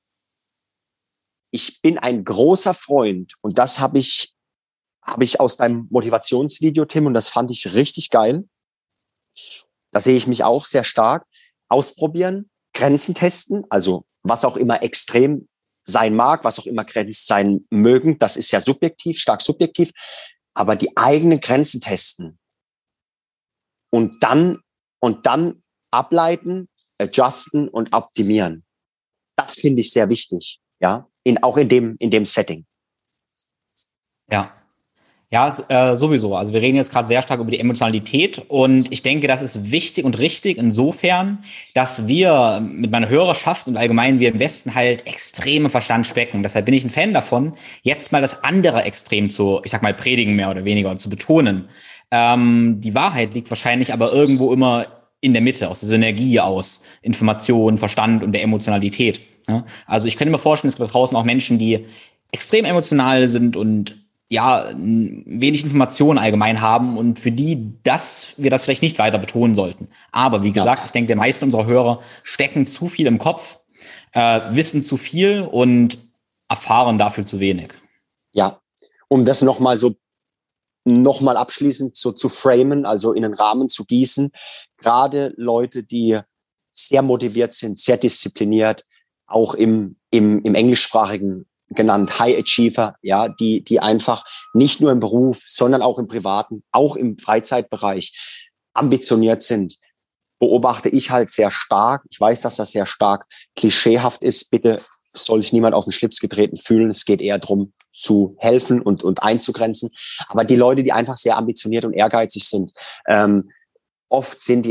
ich bin ein großer Freund und das habe ich aus deinem Motivationsvideo, Tim, und das fand ich richtig geil. Da sehe ich mich auch sehr stark. Ausprobieren, Grenzen testen, also was auch immer extrem sein mag, was auch immer Grenzen sein mögen, das ist ja subjektiv, stark subjektiv, aber die eigenen Grenzen testen und dann ableiten, adjusten und optimieren. Das finde ich sehr wichtig, ja, auch in dem Setting. Ja. Ja, sowieso. Also wir reden jetzt gerade sehr stark über die Emotionalität und ich denke, das ist wichtig und richtig insofern, dass wir mit meiner Hörerschaft und allgemein wir im Westen halt extreme Verstand specken. Deshalb bin ich ein Fan davon, jetzt mal das andere Extrem zu, ich sag mal, predigen mehr oder weniger und zu betonen. Die Wahrheit liegt wahrscheinlich aber irgendwo immer in der Mitte, aus der Synergie aus Information, Verstand und der Emotionalität. Ja? Also ich könnte mir vorstellen, es gibt da draußen auch Menschen, die extrem emotional sind und ja, wenig Informationen allgemein haben und für die wir das vielleicht nicht weiter betonen sollten. Aber wie gesagt, ich denke, die meisten unserer Hörer stecken zu viel im Kopf, wissen zu viel und erfahren dafür zu wenig. Ja, um das nochmal abschließend so zu framen, also in einen Rahmen zu gießen. Gerade Leute, die sehr motiviert sind, sehr diszipliniert, auch im englischsprachigen genannt High Achiever, ja, die einfach nicht nur im Beruf, sondern auch im Privaten, auch im Freizeitbereich ambitioniert sind, beobachte ich halt sehr stark. Ich weiß, dass das sehr stark klischeehaft ist. Bitte soll sich niemand auf den Schlips getreten fühlen. Es geht eher darum, zu helfen und einzugrenzen. Aber die Leute, die einfach sehr ambitioniert und ehrgeizig sind, oft sind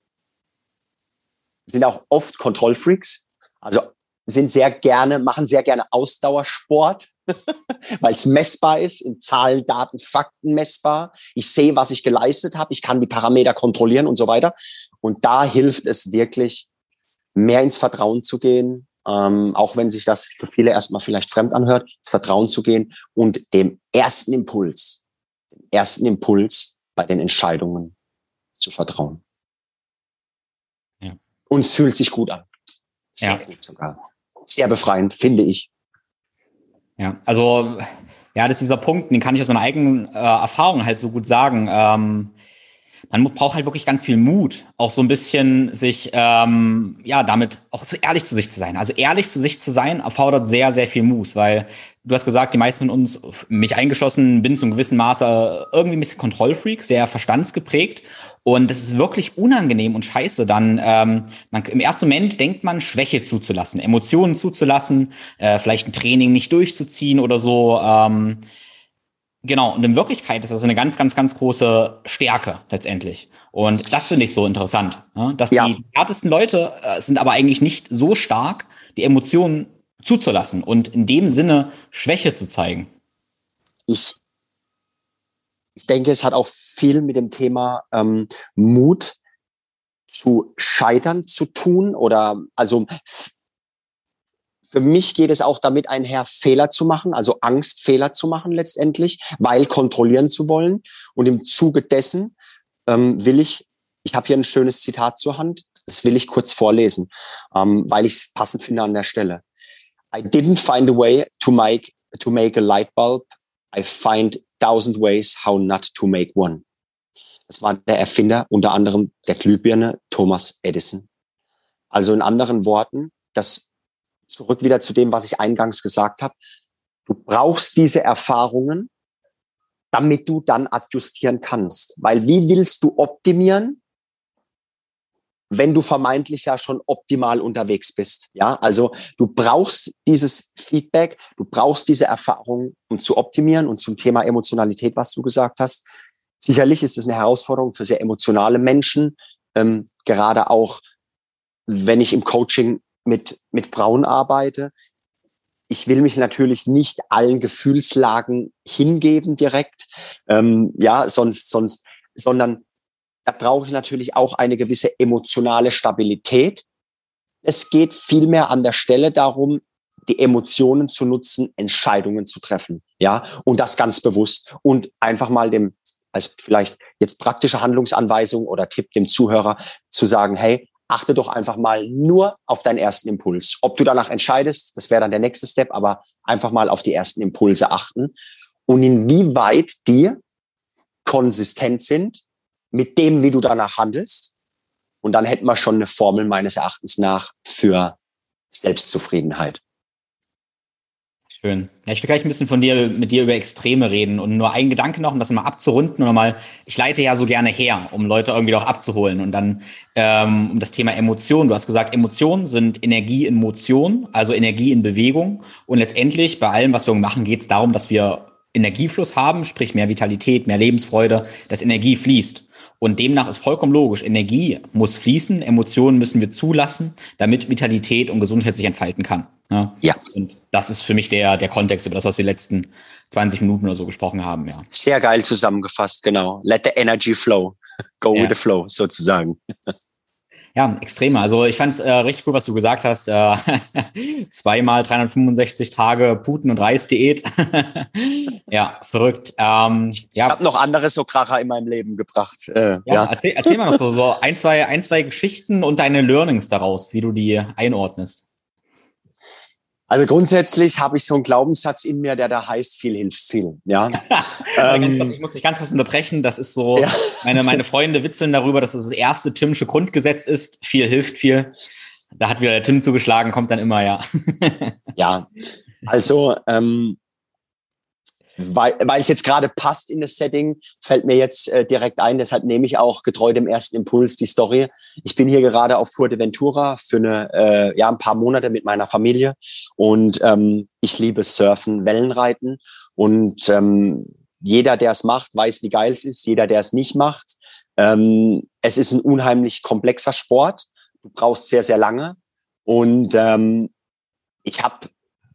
auch oft Kontrollfreaks. Also machen sehr gerne Ausdauersport, weil es messbar ist, in Zahlen, Daten, Fakten messbar. Ich sehe, was ich geleistet habe, ich kann die Parameter kontrollieren und so weiter. Und da hilft es wirklich, mehr ins Vertrauen zu gehen, auch wenn sich das für viele erstmal vielleicht fremd anhört, ins Vertrauen zu gehen und dem ersten Impuls bei den Entscheidungen zu vertrauen. Ja. Und es fühlt sich gut an. Sehr gut sogar. Sehr befreiend, finde ich. Ja, also Ja, das ist dieser Punkt, den kann ich aus meiner eigenen Erfahrung halt so gut sagen. Man braucht halt wirklich ganz viel Mut, auch so ein bisschen sich, damit auch so ehrlich zu sich zu sein. Also ehrlich zu sich zu sein erfordert sehr, sehr viel Mut, weil du hast gesagt, die meisten von uns, mich eingeschlossen, bin zum gewissen Maße irgendwie ein bisschen Kontrollfreak, sehr verstandsgeprägt. Und es ist wirklich unangenehm und scheiße, dann im ersten Moment denkt man, Schwäche zuzulassen, Emotionen zuzulassen, vielleicht ein Training nicht durchzuziehen oder so. Genau, und in Wirklichkeit ist das eine ganz, ganz, ganz große Stärke letztendlich. Und das finde ich so interessant, ne? Dass Ja, die härtesten Leute sind aber eigentlich nicht so stark, die Emotionen zuzulassen und in dem Sinne Schwäche zu zeigen. ich, ich denke, es hat auch viel mit dem Thema Mut zu scheitern zu tun oder also für mich geht es auch damit einher, Fehler zu machen, also Angst, Fehler zu machen letztendlich, weil kontrollieren zu wollen. Und im Zuge dessen ich habe hier ein schönes Zitat zur Hand, das will ich kurz vorlesen, weil ich es passend finde an der Stelle. I didn't find a way to make a light bulb. I find 1,000 ways how not to make one. Das war der Erfinder unter anderem der Glühbirne Thomas Edison. Also in anderen Worten, das zurück wieder zu dem, was ich eingangs gesagt habe. Du brauchst diese Erfahrungen, damit du dann adjustieren kannst. Weil wie willst du optimieren, wenn du vermeintlich ja schon optimal unterwegs bist? Ja, also du brauchst dieses Feedback, du brauchst diese Erfahrung, um zu optimieren. Und zum Thema Emotionalität, was du gesagt hast, sicherlich ist es eine Herausforderung für sehr emotionale Menschen, gerade auch, wenn ich im Coaching mit Frauen arbeite. Ich will mich natürlich nicht allen Gefühlslagen hingeben direkt, sondern da brauche ich natürlich auch eine gewisse emotionale Stabilität. Es geht vielmehr an der Stelle darum, die Emotionen zu nutzen, Entscheidungen zu treffen, ja, und das ganz bewusst und einfach mal als vielleicht jetzt praktische Handlungsanweisung oder Tipp dem Zuhörer zu sagen, hey, achte doch einfach mal nur auf deinen ersten Impuls. Ob du danach entscheidest, das wäre dann der nächste Step, aber einfach mal auf die ersten Impulse achten und inwieweit die konsistent sind mit dem, wie du danach handelst. Und dann hätten wir schon eine Formel meines Erachtens nach für Selbstzufriedenheit. Schön. Ja, ich will gleich ein bisschen mit dir über Extreme reden und nur ein Gedanke noch, um das mal abzurunden und nochmal, ich leite ja so gerne her, um Leute irgendwie auch abzuholen und dann um das Thema Emotionen. Du hast gesagt, Emotionen sind Energie in Motion, also Energie in Bewegung und letztendlich bei allem, was wir machen, geht es darum, dass wir Energiefluss haben, sprich mehr Vitalität, mehr Lebensfreude, dass Energie fließt. Und demnach ist vollkommen logisch, Energie muss fließen, Emotionen müssen wir zulassen, damit Vitalität und Gesundheit sich entfalten kann. Ja. Ja. Und das ist für mich der Kontext über das, was wir letzten 20 Minuten oder so gesprochen haben. Ja. Sehr geil zusammengefasst, genau. Let the energy flow. Go with the flow, sozusagen. Ja, extremer. Also ich fand es richtig cool, was du gesagt hast. 2 mal 365 Tage Puten- und Reisdiät. Ja, verrückt. Ich habe noch andere so Kracher in meinem Leben gebracht. Erzähl mal noch so ein, zwei Geschichten und deine Learnings daraus, wie du die einordnest. Also grundsätzlich habe ich so einen Glaubenssatz in mir, der da heißt, viel hilft viel. Ja. Ich muss dich ganz kurz unterbrechen. Das ist so, ja. Meine Freunde witzeln darüber, dass das erste Timsche Grundgesetz ist. Viel hilft viel. Da hat wieder der Tim zugeschlagen, kommt dann immer, ja. Ja, also weil es jetzt gerade passt in das Setting, fällt mir jetzt direkt ein, deshalb nehme ich auch getreu dem ersten Impuls die Story. Ich bin hier gerade auf Fuerteventura für ein paar Monate mit meiner Familie und ich liebe Surfen, Wellenreiten und jeder, der es macht, weiß, wie geil es ist. Jeder, der es nicht macht, es ist ein unheimlich komplexer Sport. Du brauchst sehr, sehr lange und ich habe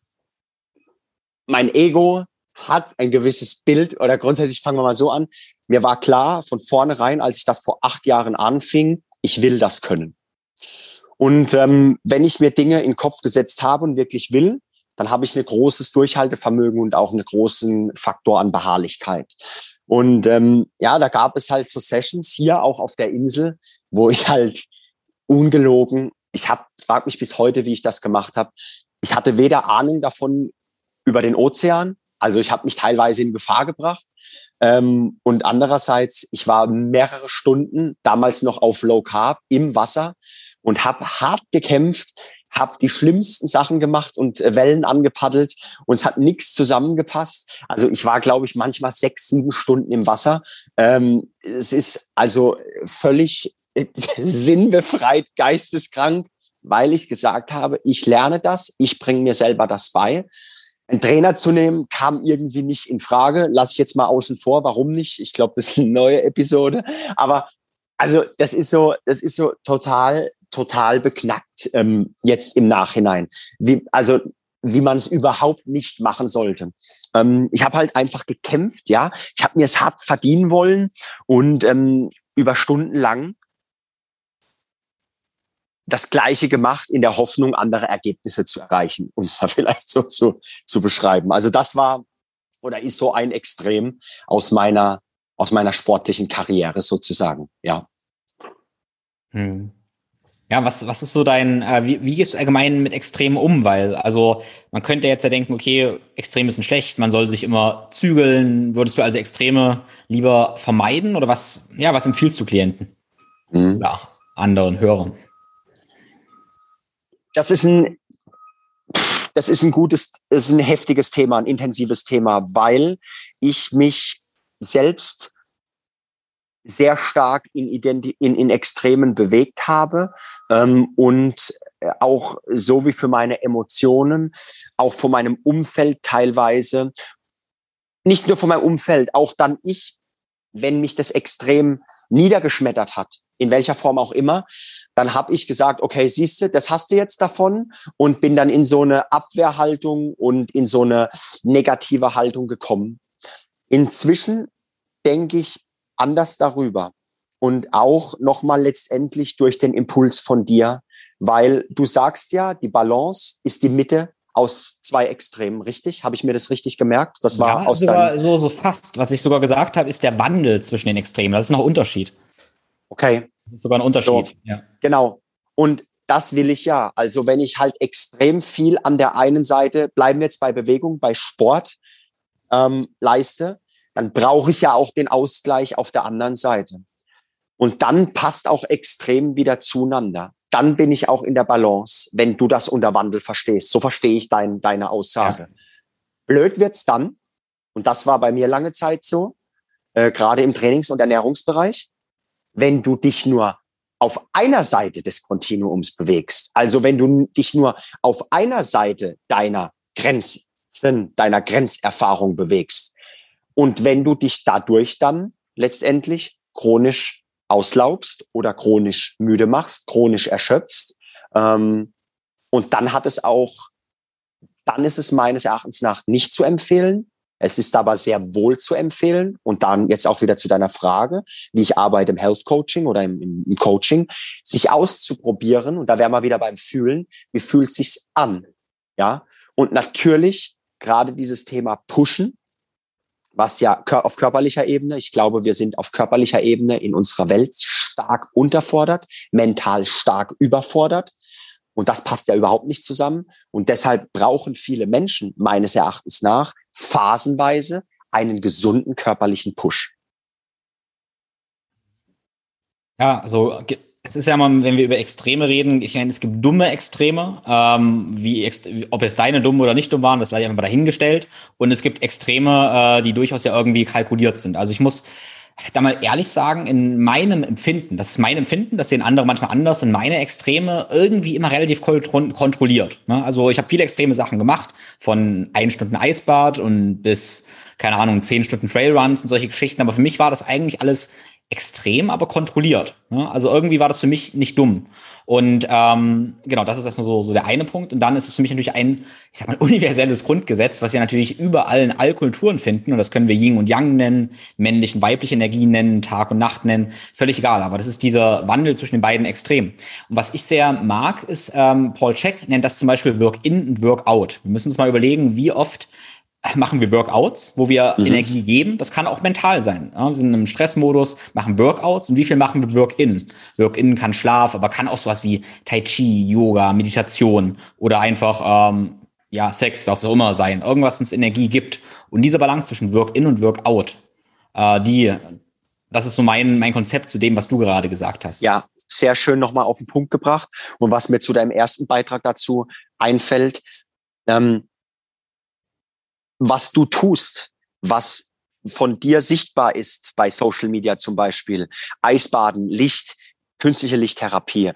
mein Ego hat ein gewisses Bild oder grundsätzlich fangen wir mal so an. Mir war klar von vornherein, als ich das vor 8 Jahren anfing, ich will das können. Und wenn ich mir Dinge in den Kopf gesetzt habe und wirklich will, dann habe ich ein großes Durchhaltevermögen und auch einen großen Faktor an Beharrlichkeit. Und da gab es halt so Sessions hier auch auf der Insel, wo ich halt ungelogen, frag mich bis heute, wie ich das gemacht habe. Ich hatte weder Ahnung davon über den Ozean, Also ich habe mich teilweise in Gefahr gebracht. Und andererseits, ich war mehrere Stunden, damals noch auf Low Carb, im Wasser und habe hart gekämpft, habe die schlimmsten Sachen gemacht und Wellen angepaddelt und es hat nichts zusammengepasst. Also ich war, glaube ich, manchmal 6, 7 Stunden im Wasser. Es ist also völlig sinnbefreit, geisteskrank, weil ich gesagt habe, ich lerne das, ich bringe mir selber das bei. Einen Trainer zu nehmen, kam irgendwie nicht in Frage. Lass ich jetzt mal außen vor, warum nicht? Ich glaube, das ist eine neue Episode. Aber also das ist so total beknackt jetzt im Nachhinein. Wie man es überhaupt nicht machen sollte. Ich habe halt einfach gekämpft, ja. Ich habe mir es hart verdienen wollen und über Stunden lang das Gleiche gemacht, in der Hoffnung, andere Ergebnisse zu erreichen, um es mal vielleicht so zu beschreiben. Also das war oder ist so ein Extrem aus meiner sportlichen Karriere sozusagen, ja. Ja, was ist so wie gehst du allgemein mit Extremen um? Weil, also, man könnte jetzt ja denken, okay, Extreme sind schlecht, man soll sich immer zügeln. Würdest du also Extreme lieber vermeiden oder was empfiehlst du Klienten? Oder anderen Hörern? Das ist ein heftiges Thema, ein intensives Thema, weil ich mich selbst sehr stark in Extremen bewegt habe und auch so wie für meine Emotionen, auch von meinem Umfeld teilweise, nicht nur von meinem Umfeld, auch dann wenn mich das extrem niedergeschmettert hat, in welcher Form auch immer, dann habe ich gesagt, okay, siehste, das hast du jetzt davon und bin dann in so eine Abwehrhaltung und in so eine negative Haltung gekommen. Inzwischen denke ich anders darüber und auch nochmal letztendlich durch den Impuls von dir, weil du sagst ja, die Balance ist die Mitte aus 2 Extremen, richtig? Habe ich mir das richtig gemerkt? Das war aus sogar so fast. Was ich sogar gesagt habe, ist der Wandel zwischen den Extremen. Das ist noch ein Unterschied. Okay. Das ist sogar ein Unterschied. So, ja. Genau. Und das will ich ja. Also wenn ich halt extrem viel an der einen Seite, bleiben wir jetzt bei Bewegung, bei Sport leiste, dann brauche ich ja auch den Ausgleich auf der anderen Seite. Und dann passt auch extrem wieder zueinander. Dann bin ich auch in der Balance, wenn du das unter Wandel verstehst. So verstehe ich deine Aussage. Ja. Blöd wird's dann, und das war bei mir lange Zeit so, gerade im Trainings- und Ernährungsbereich, wenn du dich nur auf einer Seite des Kontinuums bewegst. Also wenn du dich nur auf einer Seite deiner Grenzen, deiner Grenzerfahrung bewegst. Und wenn du dich dadurch dann letztendlich chronisch auslaugst oder chronisch müde machst, chronisch erschöpfst, und dann ist es meines Erachtens nach nicht zu empfehlen. Es ist aber sehr wohl zu empfehlen. Und dann jetzt auch wieder zu deiner Frage, wie ich arbeite im Health Coaching oder im Coaching, sich auszuprobieren. Und da wären wir wieder beim Fühlen. Wie fühlt sich's an? Ja. Und natürlich gerade dieses Thema Pushen, was ja auf körperlicher Ebene, ich glaube, wir sind auf körperlicher Ebene in unserer Welt stark unterfordert, mental stark überfordert. Und das passt ja überhaupt nicht zusammen. Und deshalb brauchen viele Menschen meines Erachtens nach phasenweise einen gesunden körperlichen Push. Ja, also es ist ja mal, wenn wir über Extreme reden, ich meine, es gibt dumme Extreme, ob jetzt deine dumm oder nicht dumm waren, das sei einfach mal dahingestellt. Und es gibt Extreme, die durchaus ja irgendwie kalkuliert sind. Also ich muss da mal ehrlich sagen, in meinem Empfinden, das ist mein Empfinden, das sehen andere manchmal anders, sind meine Extreme irgendwie immer relativ kontrolliert. Ne? Also ich habe viele extreme Sachen gemacht, von 1 Stunden Eisbad und bis, keine Ahnung, 10 Stunden Trailruns und solche Geschichten. Aber für mich war das eigentlich alles extrem, aber kontrolliert. Ne? Also irgendwie war das für mich nicht dumm. Und genau, das ist erstmal so der eine Punkt. Und dann ist es für mich natürlich ein universelles Grundgesetz, was wir natürlich überall in allen Kulturen finden. Und das können wir Yin und Yang nennen, männliche und weibliche Energien nennen, Tag und Nacht nennen. Völlig egal. Aber das ist dieser Wandel zwischen den beiden Extremen. Und was ich sehr mag, ist, Paul Chek nennt das zum Beispiel Work-in und Work-out. Wir müssen uns mal überlegen, wie oft machen wir Workouts, wo wir Energie geben. Das kann auch mental sein. Ja, wir sind im Stressmodus, machen Workouts. Und wie viel machen wir Work-in? Work-in kann Schlaf, aber kann auch sowas wie Tai Chi, Yoga, Meditation oder einfach ja, Sex, was auch immer sein, irgendwas uns Energie gibt. Und diese Balance zwischen Work-in und Work-out, das ist so mein Konzept zu dem, was du gerade gesagt hast. Ja, sehr schön nochmal auf den Punkt gebracht. Und was mir zu deinem ersten Beitrag dazu einfällt, was du tust, was von dir sichtbar ist bei Social Media zum Beispiel, Eisbaden, Licht, künstliche Lichttherapie,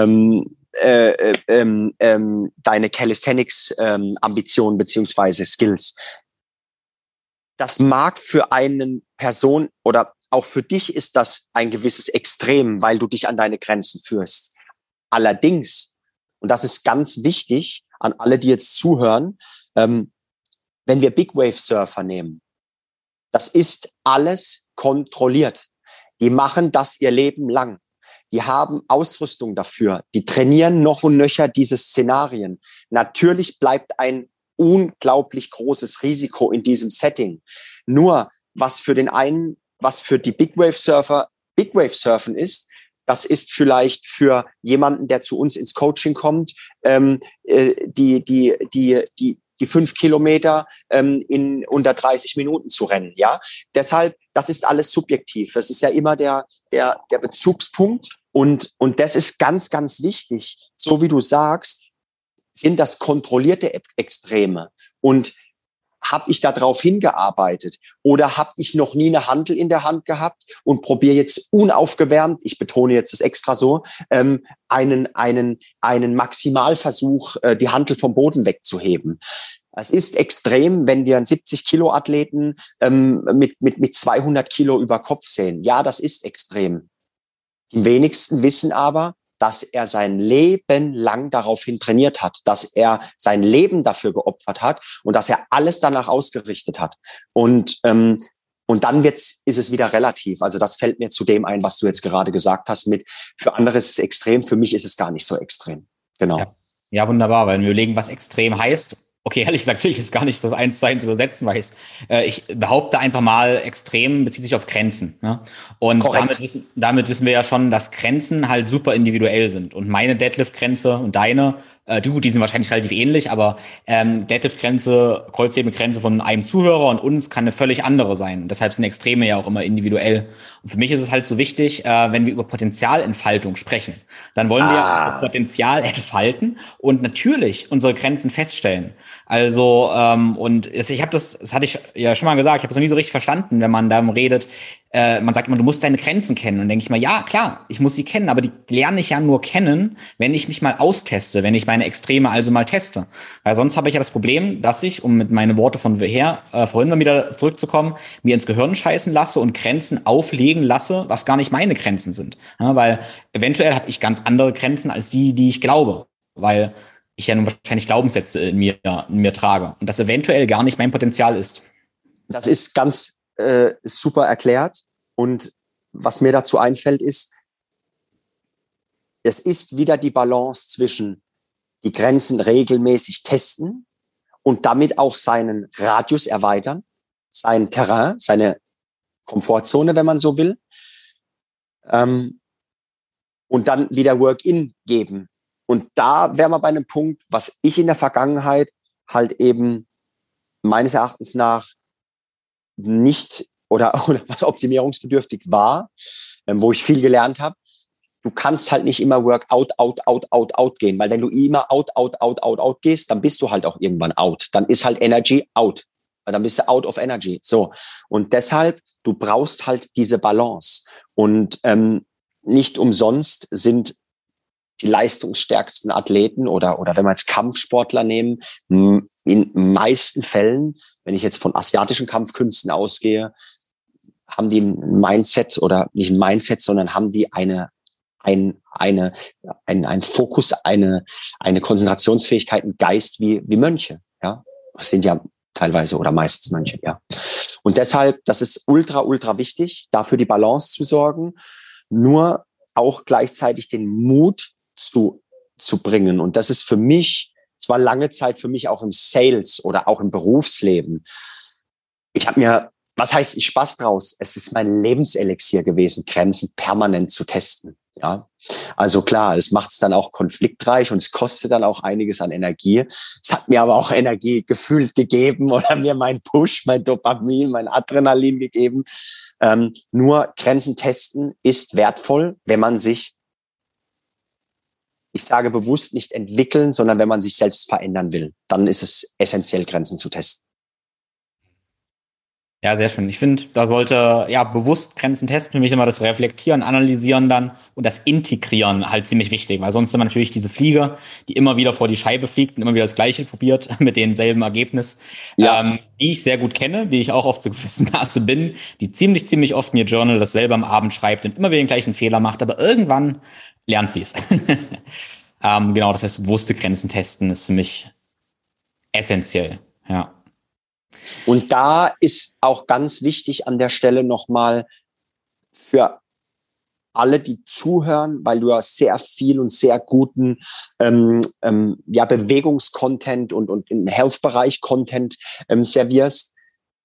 deine Calisthenics-Ambitionen beziehungsweise Skills. Das mag für einen Person oder auch für dich ist das ein gewisses Extrem, weil du dich an deine Grenzen führst. Allerdings, und das ist ganz wichtig an alle, die jetzt zuhören, wenn wir Big Wave Surfer nehmen, das ist alles kontrolliert. Die machen das ihr Leben lang. Die haben Ausrüstung dafür. Die trainieren noch und nöcher diese Szenarien. Natürlich bleibt ein unglaublich großes Risiko in diesem Setting. Nur, was für den einen, was für die Big Wave Surfer Big Wave Surfen ist, das ist vielleicht für jemanden, der zu uns ins Coaching kommt, die 5 Kilometer in unter 30 Minuten zu rennen. Ja, deshalb, das ist alles subjektiv. Das ist ja immer der Bezugspunkt. Und das ist ganz, ganz wichtig. So wie du sagst, sind das kontrollierte Extreme. Und habe ich darauf hingearbeitet oder habe ich noch nie eine Hantel in der Hand gehabt und probiere jetzt unaufgewärmt, ich betone jetzt das extra so, einen Maximalversuch, die Hantel vom Boden wegzuheben. Es ist extrem, wenn wir einen 70-Kilo-Athleten mit 200 Kilo über Kopf sehen. Ja, das ist extrem. Die wenigsten wissen aber, dass er sein Leben lang daraufhin trainiert hat, dass er sein Leben dafür geopfert hat und dass er alles danach ausgerichtet hat. Und dann ist es wieder relativ. Also das fällt mir zu dem ein, was du jetzt gerade gesagt hast mit, für andere ist es extrem, für mich ist es gar nicht so extrem. Genau. Ja, wunderbar, weil wir überlegen, was extrem heißt. Okay, ehrlich gesagt will ich jetzt gar nicht das 1:1 übersetzen, weil ich behaupte einfach mal, extrem bezieht sich auf Grenzen. Ne? Und damit wissen wir ja schon, dass Grenzen halt super individuell sind. Und meine Deadlift-Grenze und deine, die sind wahrscheinlich relativ ähnlich, aber Deadlift-Grenze, Kreuzhebegrenze von einem Zuhörer und uns kann eine völlig andere sein. Und deshalb sind Extreme ja auch immer individuell. Und für mich ist es halt so wichtig, wenn wir über Potenzialentfaltung sprechen, dann wollen wir Potenzial entfalten und natürlich unsere Grenzen feststellen. Also, das hatte ich ja schon mal gesagt, ich habe es noch nie so richtig verstanden, wenn man darum redet, man sagt immer, du musst deine Grenzen kennen. Und denke ich mal, ja, klar, ich muss sie kennen, aber die lerne ich ja nur kennen, wenn ich mich mal austeste, wenn ich meine Extreme also mal teste. Weil sonst habe ich ja das Problem, dass ich, um mit meine Worte von vorhin mal wieder zurückzukommen, mir ins Gehirn scheißen lasse und Grenzen auflegen lasse, was gar nicht meine Grenzen sind. Ja, weil eventuell habe ich ganz andere Grenzen als die ich glaube. Weil ich ja nun wahrscheinlich Glaubenssätze in mir trage und das eventuell gar nicht mein Potenzial ist. Das ist ganz super erklärt. Und was mir dazu einfällt, ist, es ist wieder die Balance zwischen die Grenzen regelmäßig testen und damit auch seinen Radius erweitern, sein Terrain, seine Komfortzone, wenn man so will, und dann wieder Work-in geben. Und da wären wir bei einem Punkt, was ich in der Vergangenheit halt eben meines Erachtens nach nicht oder optimierungsbedürftig war, wo ich viel gelernt habe. Du kannst halt nicht immer out gehen, weil wenn du immer out gehst, dann bist du halt auch irgendwann out. Dann ist halt Energy out. Dann bist du out of energy. So. Und deshalb, du brauchst halt diese Balance. Und nicht umsonst sind die leistungsstärksten Athleten oder wenn wir jetzt Kampfsportler nehmen, in meisten Fällen, wenn ich jetzt von asiatischen Kampfkünsten ausgehe, haben die ein Mindset oder nicht ein Mindset, sondern haben die einen Fokus, eine Konzentrationsfähigkeit, einen Geist wie Mönche. Ja, das sind ja teilweise oder meistens Mönche. Ja, und deshalb, das ist ultra wichtig, dafür die Balance zu sorgen, nur auch gleichzeitig den Mut zu bringen. Und das ist für mich, es war lange Zeit für mich auch im Sales oder auch im Berufsleben. Ich habe mir, was heißt Spaß draus? Es ist mein Lebenselixier gewesen, Grenzen permanent zu testen. Ja, also klar, es macht es dann auch konfliktreich und es kostet dann auch einiges an Energie. Es hat mir aber auch Energie gefühlt gegeben oder mir mein Push, mein Dopamin, mein Adrenalin gegeben. Nur Grenzen testen ist wertvoll, wenn man sich, ich sage bewusst nicht entwickeln, sondern wenn man sich selbst verändern will. Dann ist es essentiell, Grenzen zu testen. Ja, sehr schön. Ich finde, da sollte ja bewusst Grenzen testen, für mich immer das Reflektieren, Analysieren dann und das Integrieren halt ziemlich wichtig, weil sonst immer natürlich diese Fliege, die immer wieder vor die Scheibe fliegt und immer wieder das Gleiche probiert mit demselben Ergebnis, Ja, die ich sehr gut kenne, die ich auch auf zu gewissem Maße bin, die ziemlich oft in ihr Journal dasselbe am Abend schreibt und immer wieder den gleichen Fehler macht, aber irgendwann lernt sie es. Genau, das heißt, bewusste Grenzen testen ist für mich essentiell, ja. und da ist auch ganz wichtig an der Stelle nochmal für alle, die zuhören, weil du ja sehr viel und sehr guten ja, Bewegungscontent und im Health-Bereich Content servierst.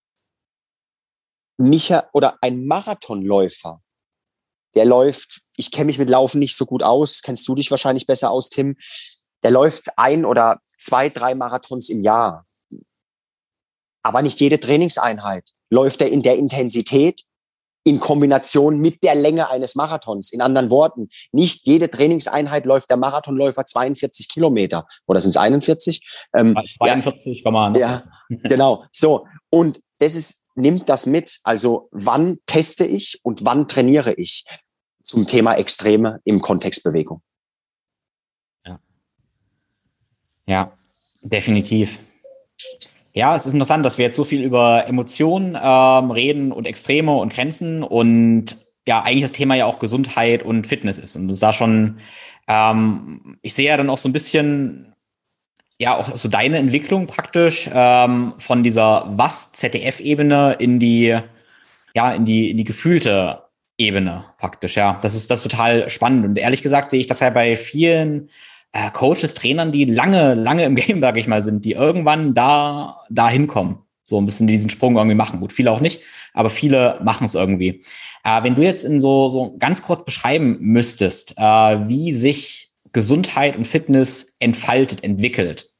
Oder ein Marathonläufer, der läuft, ich kenne mich mit Laufen nicht so gut aus, kennst du dich wahrscheinlich besser aus, Tim, der läuft 1 oder 2, 3 Marathons im Jahr. Aber nicht jede Trainingseinheit läuft er in der Intensität in Kombination mit der Länge eines Marathons. In anderen Worten, nicht jede Trainingseinheit läuft der Marathonläufer 42 Kilometer. Oder sind es 41? 42, ja, genau. So. Und nimmt das mit. Also wann teste ich und wann trainiere ich zum Thema Extreme im Kontext Bewegung? Ja, ja, definitiv. Ja, es ist interessant, dass wir jetzt so viel über Emotionen reden und Extreme und Grenzen und ja, eigentlich das Thema ja auch Gesundheit und Fitness ist. Und das da schon, ich sehe ja dann auch so ein bisschen, ja, auch so deine Entwicklung praktisch von dieser Was-ZDF-Ebene in die, ja, in die gefühlte Ebene praktisch, ja. Das ist total spannend. Und ehrlich gesagt sehe ich das ja bei vielen Coaches, Trainern, die lange im Game, sage ich mal, sind, die irgendwann da hinkommen. So ein bisschen diesen Sprung irgendwie machen. Gut, viele auch nicht, aber viele machen es irgendwie. Wenn du jetzt in so ganz kurz beschreiben müsstest, wie sich Gesundheit und Fitness entfaltet, entwickelt.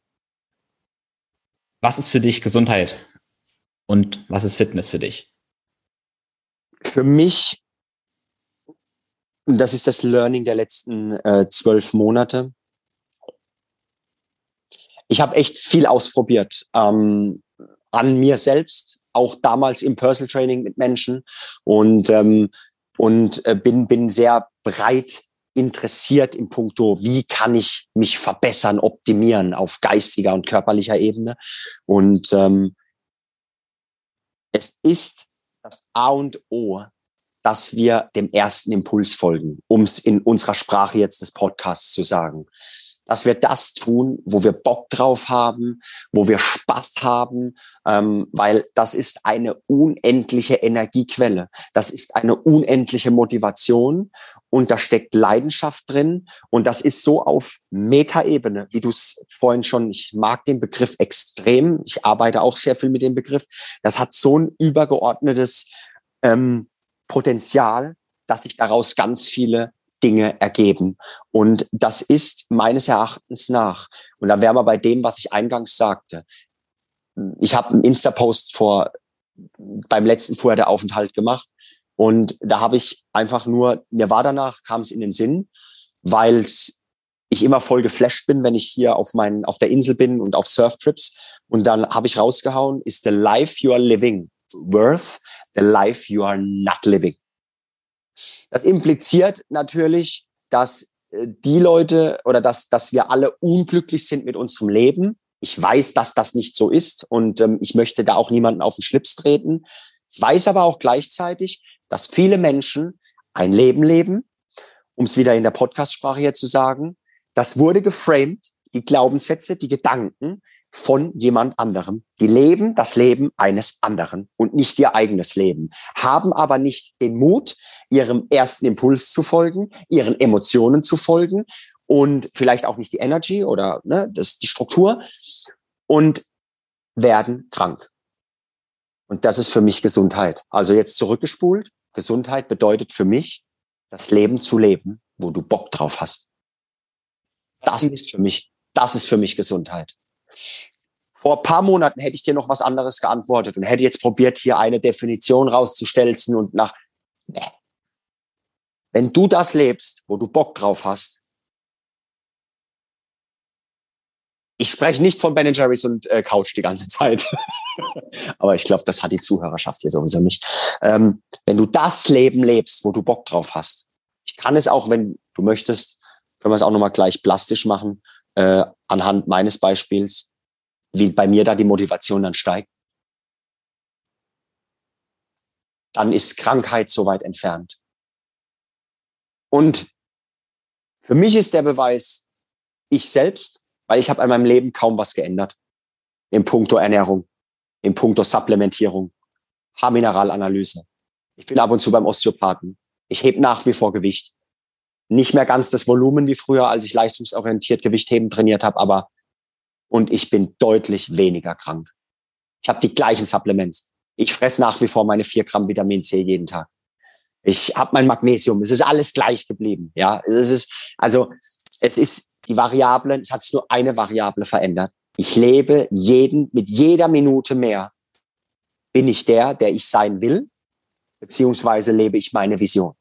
Was ist für dich Gesundheit und was ist Fitness für dich? Für mich, und das ist das Learning der letzten 12 Monate, ich habe echt viel ausprobiert an mir selbst, auch damals im Personal Training mit Menschen und bin sehr breit interessiert im Punkto, wie kann ich mich verbessern, optimieren auf geistiger und körperlicher Ebene. Und es ist das A und O, dass wir dem ersten Impuls folgen, um es in unserer Sprache jetzt des Podcasts zu sagen. Dass wir das tun, wo wir Bock drauf haben, wo wir Spaß haben, weil das ist eine unendliche Energiequelle. Das ist eine unendliche Motivation und da steckt Leidenschaft drin und das ist so auf Metaebene, wie du es vorhin schon, ich mag den Begriff extrem, ich arbeite auch sehr viel mit dem Begriff, das hat so ein übergeordnetes Potenzial, dass sich daraus ganz viele Dinge ergeben. Und das ist meines Erachtens nach, und da wären wir bei dem, was ich eingangs sagte. Ich habe einen Insta-Post beim letzten Feuerwehraufenthalt gemacht und da habe ich einfach nur, mir war danach, kam es in den Sinn, weil ich immer voll geflasht bin, wenn ich hier auf der Insel bin und auf Surftrips und dann habe ich rausgehauen, is the life you are living worth the life you are not living? Das impliziert natürlich, dass die Leute oder dass wir alle unglücklich sind mit unserem Leben. Ich weiß, dass das nicht so ist und ich möchte da auch niemanden auf den Schlips treten. Ich weiß aber auch gleichzeitig, dass viele Menschen ein Leben leben, um es wieder in der Podcast-Sprache hier zu sagen, das wurde geframed, die Glaubenssätze, die Gedanken von jemand anderem. Die leben das Leben eines anderen und nicht ihr eigenes Leben, haben aber nicht den Mut, ihrem ersten Impuls zu folgen, ihren Emotionen zu folgen und vielleicht auch nicht die Energy oder die Struktur und werden krank. Und das ist für mich Gesundheit. Also jetzt zurückgespult. Gesundheit bedeutet für mich, das Leben zu leben, wo du Bock drauf hast. Das ist für mich Gesundheit. Vor ein paar Monaten hätte ich dir noch was anderes geantwortet und hätte jetzt probiert, hier eine Definition rauszustelzen und nee. Wenn du das lebst, wo du Bock drauf hast, ich spreche nicht von Ben Jerry's und Couch die ganze Zeit, aber ich glaube, das hat die Zuhörerschaft hier sowieso nicht. Wenn du das Leben lebst, wo du Bock drauf hast, ich kann es auch, wenn du möchtest, können wir es auch nochmal gleich plastisch machen, anhand meines Beispiels, wie bei mir da die Motivation dann steigt, dann ist Krankheit so weit entfernt. Und für mich ist der Beweis, ich selbst, weil ich habe an meinem Leben kaum was geändert. In puncto Ernährung, in puncto Supplementierung, Haarmineralanalyse. Ich bin ab und zu beim Osteopathen. Ich hebe nach wie vor Gewicht. Nicht mehr ganz das Volumen wie früher, als ich leistungsorientiert Gewichtheben trainiert habe, und ich bin deutlich weniger krank. Ich habe die gleichen Supplements. Ich fresse nach wie vor meine 4 Gramm Vitamin C jeden Tag. Ich habe mein Magnesium. Es ist alles gleich geblieben. Ja, es ist die Variablen. Es hat sich nur eine Variable verändert. Ich lebe mit jeder Minute mehr bin ich der ich sein will, beziehungsweise lebe ich meine Vision.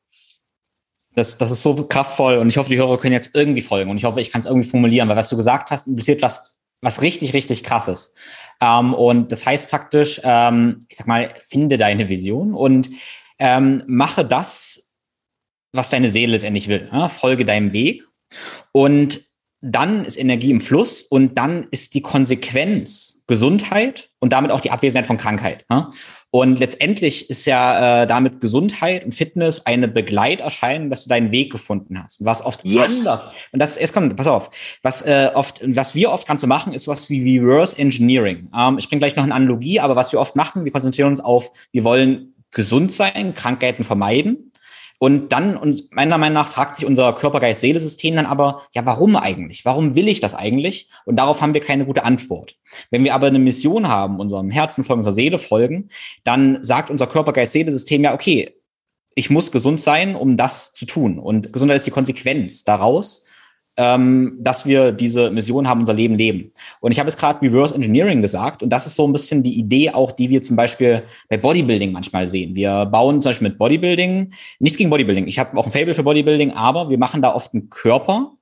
Das ist so kraftvoll und ich hoffe, die Hörer können jetzt irgendwie folgen und ich hoffe, ich kann es irgendwie formulieren, weil was du gesagt hast, impliziert was richtig, richtig krasses. Und das heißt praktisch, ich sag mal, finde deine Vision und mache das, was deine Seele letztendlich will. Ja? Folge deinem Weg und dann ist Energie im Fluss und dann ist die Konsequenz Gesundheit und damit auch die Abwesenheit von Krankheit. Ja? Und letztendlich ist ja damit Gesundheit und Fitness eine Begleiterscheinung, dass du deinen Weg gefunden hast. Und was oft anders, und das, jetzt kommt, pass auf, was wir oft Ganze machen, ist was wie Reverse Engineering. Ich bringe gleich noch eine Analogie, aber was wir oft machen, wir konzentrieren uns auf, wir wollen gesund sein, Krankheiten vermeiden. Und dann, und meiner Meinung nach, fragt sich unser Körper-Geist-Seele-System dann aber, ja, warum eigentlich? Warum will ich das eigentlich? Und darauf haben wir keine gute Antwort. Wenn wir aber eine Mission haben, unserem Herzen folgen, unserer Seele folgen, dann sagt unser Körper-Geist-Seele-System ja, okay, ich muss gesund sein, um das zu tun. Und Gesundheit ist die Konsequenz daraus, dass wir diese Mission haben, unser Leben leben. Und ich habe jetzt gerade Reverse Engineering gesagt und das ist so ein bisschen die Idee auch, die wir zum Beispiel bei Bodybuilding manchmal sehen. Wir bauen zum Beispiel mit Bodybuilding, nichts gegen Bodybuilding, ich habe auch ein Faible für Bodybuilding, aber wir machen da oft einen Körper,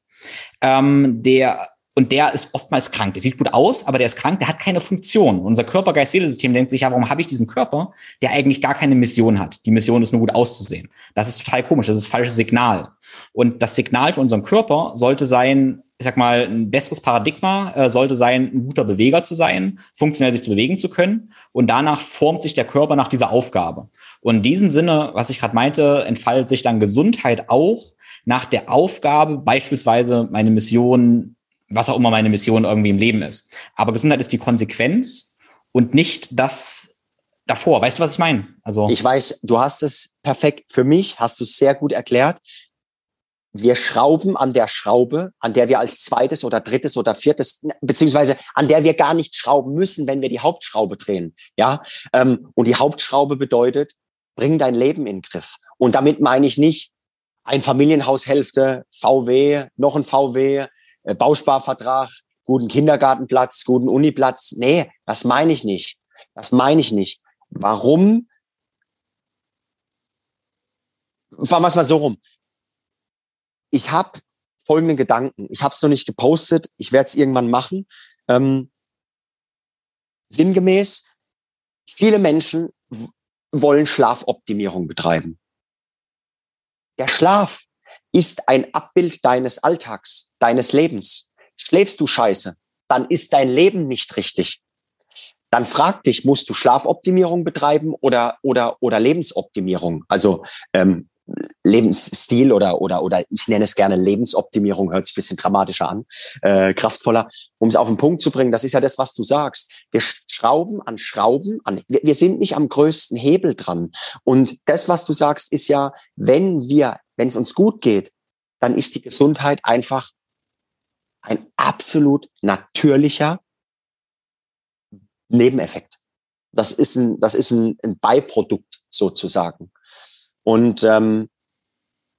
der ist oftmals krank. Der sieht gut aus, aber der ist krank, der hat keine Funktion. Unser Körper-Geist-Seele-System denkt sich, ja, warum habe ich diesen Körper, der eigentlich gar keine Mission hat? Die Mission ist nur gut auszusehen. Das ist total komisch, das ist das falsche Signal. Und das Signal für unseren Körper sollte sein, ich sag mal, ein besseres Paradigma, sollte sein, ein guter Beweger zu sein, funktionell sich zu bewegen zu können. Und danach formt sich der Körper nach dieser Aufgabe. Und in diesem Sinne, was ich gerade meinte, entfaltet sich dann Gesundheit auch nach der Aufgabe, beispielsweise meine Mission, was auch immer meine Mission irgendwie im Leben ist. Aber Gesundheit ist die Konsequenz und nicht das davor. Weißt du, was ich meine? Also ich weiß, du hast es perfekt, für mich hast du es sehr gut erklärt. Wir schrauben an der Schraube, an der wir als zweites oder drittes oder viertes, beziehungsweise an der wir gar nicht schrauben müssen, wenn wir die Hauptschraube drehen. Ja, und die Hauptschraube bedeutet, bring dein Leben in den Griff. Und damit meine ich nicht ein Familienhaushälfte, VW, noch ein VW, Bausparvertrag, guten Kindergartenplatz, guten Uniplatz. Nee, das meine ich nicht. Das meine ich nicht. Warum? Fahren wir es mal so rum. Ich habe folgenden Gedanken. Ich habe es noch nicht gepostet. Ich werde es irgendwann machen. Sinngemäß, viele Menschen wollen Schlafoptimierung betreiben. Der Schlaf ist ein Abbild deines Alltags, deines Lebens. Schläfst du scheiße, dann ist dein Leben nicht richtig. Dann frag dich, musst du Schlafoptimierung betreiben oder Lebensoptimierung? Also Lebensstil oder ich nenne es gerne Lebensoptimierung, hört sich ein bisschen dramatischer an, kraftvoller, um es auf den Punkt zu bringen. Das ist ja das, was du sagst. Wir schrauben an. Wir sind nicht am größten Hebel dran. Und das, was du sagst, ist ja, wenn es uns gut geht, dann ist die Gesundheit einfach ein absolut natürlicher Nebeneffekt. Das ist ein Beiprodukt sozusagen. Und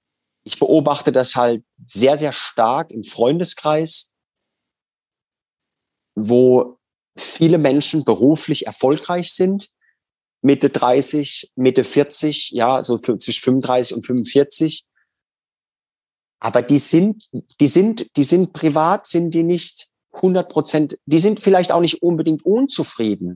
beobachte das halt sehr, sehr stark im Freundeskreis, wo viele Menschen beruflich erfolgreich sind, Mitte 30, Mitte 40, ja, so zwischen 35 und 45. Aber die sind privat, sind die nicht 100%, die sind vielleicht auch nicht unbedingt unzufrieden.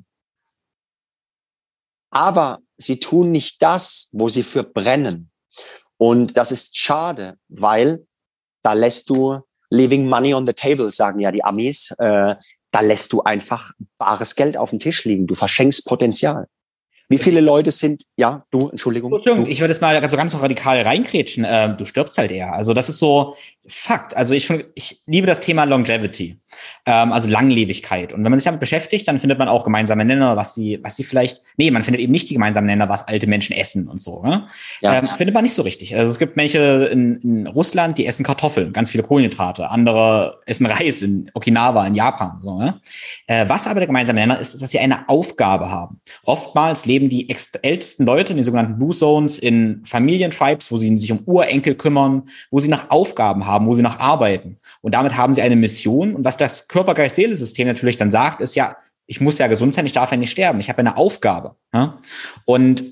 Aber sie tun nicht das, wo sie für brennen. Und das ist schade, weil da lässt du leaving money on the table, sagen ja die Amis. Da lässt du einfach bares Geld auf dem Tisch liegen. Du verschenkst Potenzial. Wie viele Leute sind, ja, du, Entschuldigung. Entschuldigung, ich würde es mal so ganz noch radikal reinkrätschen. Du stirbst halt eher. Also das ist so Fakt. Also ich liebe das Thema Longevity, also Langlebigkeit. Und wenn man sich damit beschäftigt, dann findet man auch gemeinsame Nenner, man findet eben nicht die gemeinsamen Nenner, was alte Menschen essen und so. Ne? Ja. Findet man nicht so richtig. Also es gibt Menschen in Russland, die essen Kartoffeln, ganz viele Kohlenhydrate. Andere essen Reis in Okinawa, in Japan. So, ne? Was aber der gemeinsame Nenner ist, dass sie eine Aufgabe haben. Oftmals leben die ältesten Leute in den sogenannten Blue Zones in Familientribes, wo sie sich um Urenkel kümmern, wo sie nach Aufgaben haben, wo sie nach arbeiten. Und damit haben sie eine Mission. Und was das Körper-Geist-Seele-System natürlich dann sagt, ist ja, ich muss ja gesund sein, ich darf ja nicht sterben, ich habe eine Aufgabe. Ja? Und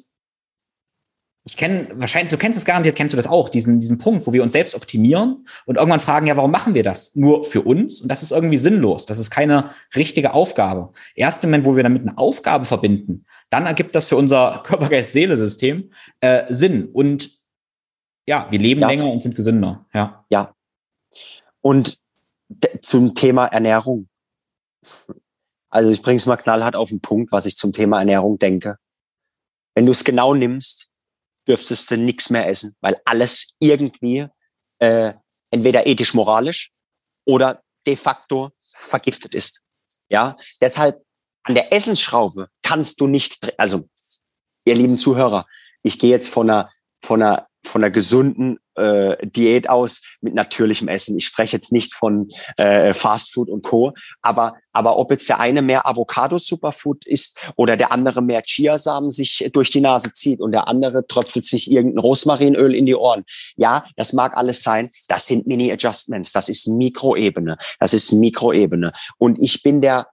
du kennst es garantiert, kennst du das auch, diesen Punkt, wo wir uns selbst optimieren und irgendwann fragen, ja, warum machen wir das? Nur für uns? Und das ist irgendwie sinnlos. Das ist keine richtige Aufgabe. Erst im Moment, wo wir damit eine Aufgabe verbinden, dann ergibt das für unser Körper-Geist-Seele-System Sinn. Und ja, wir leben länger und sind gesünder. Ja. Ja. Und zum Thema Ernährung. Also ich bringe es mal knallhart auf den Punkt, was ich zum Thema Ernährung denke. Wenn du es genau nimmst, dürftest du nichts mehr essen, weil alles irgendwie entweder ethisch-moralisch oder de facto vergiftet ist. Ja, deshalb an der Essensschraube kannst du nicht, also ihr lieben Zuhörer, ich gehe jetzt von einer gesunden Diät aus mit natürlichem Essen. Ich spreche jetzt nicht von Fast Food und Co. Aber ob jetzt der eine mehr Avocado-Superfood isst oder der andere mehr Chiasamen sich durch die Nase zieht und der andere tröpfelt sich irgendein Rosmarinöl in die Ohren. Ja, das mag alles sein. Das sind Mini-Adjustments. Das ist Mikroebene. Und ich bin der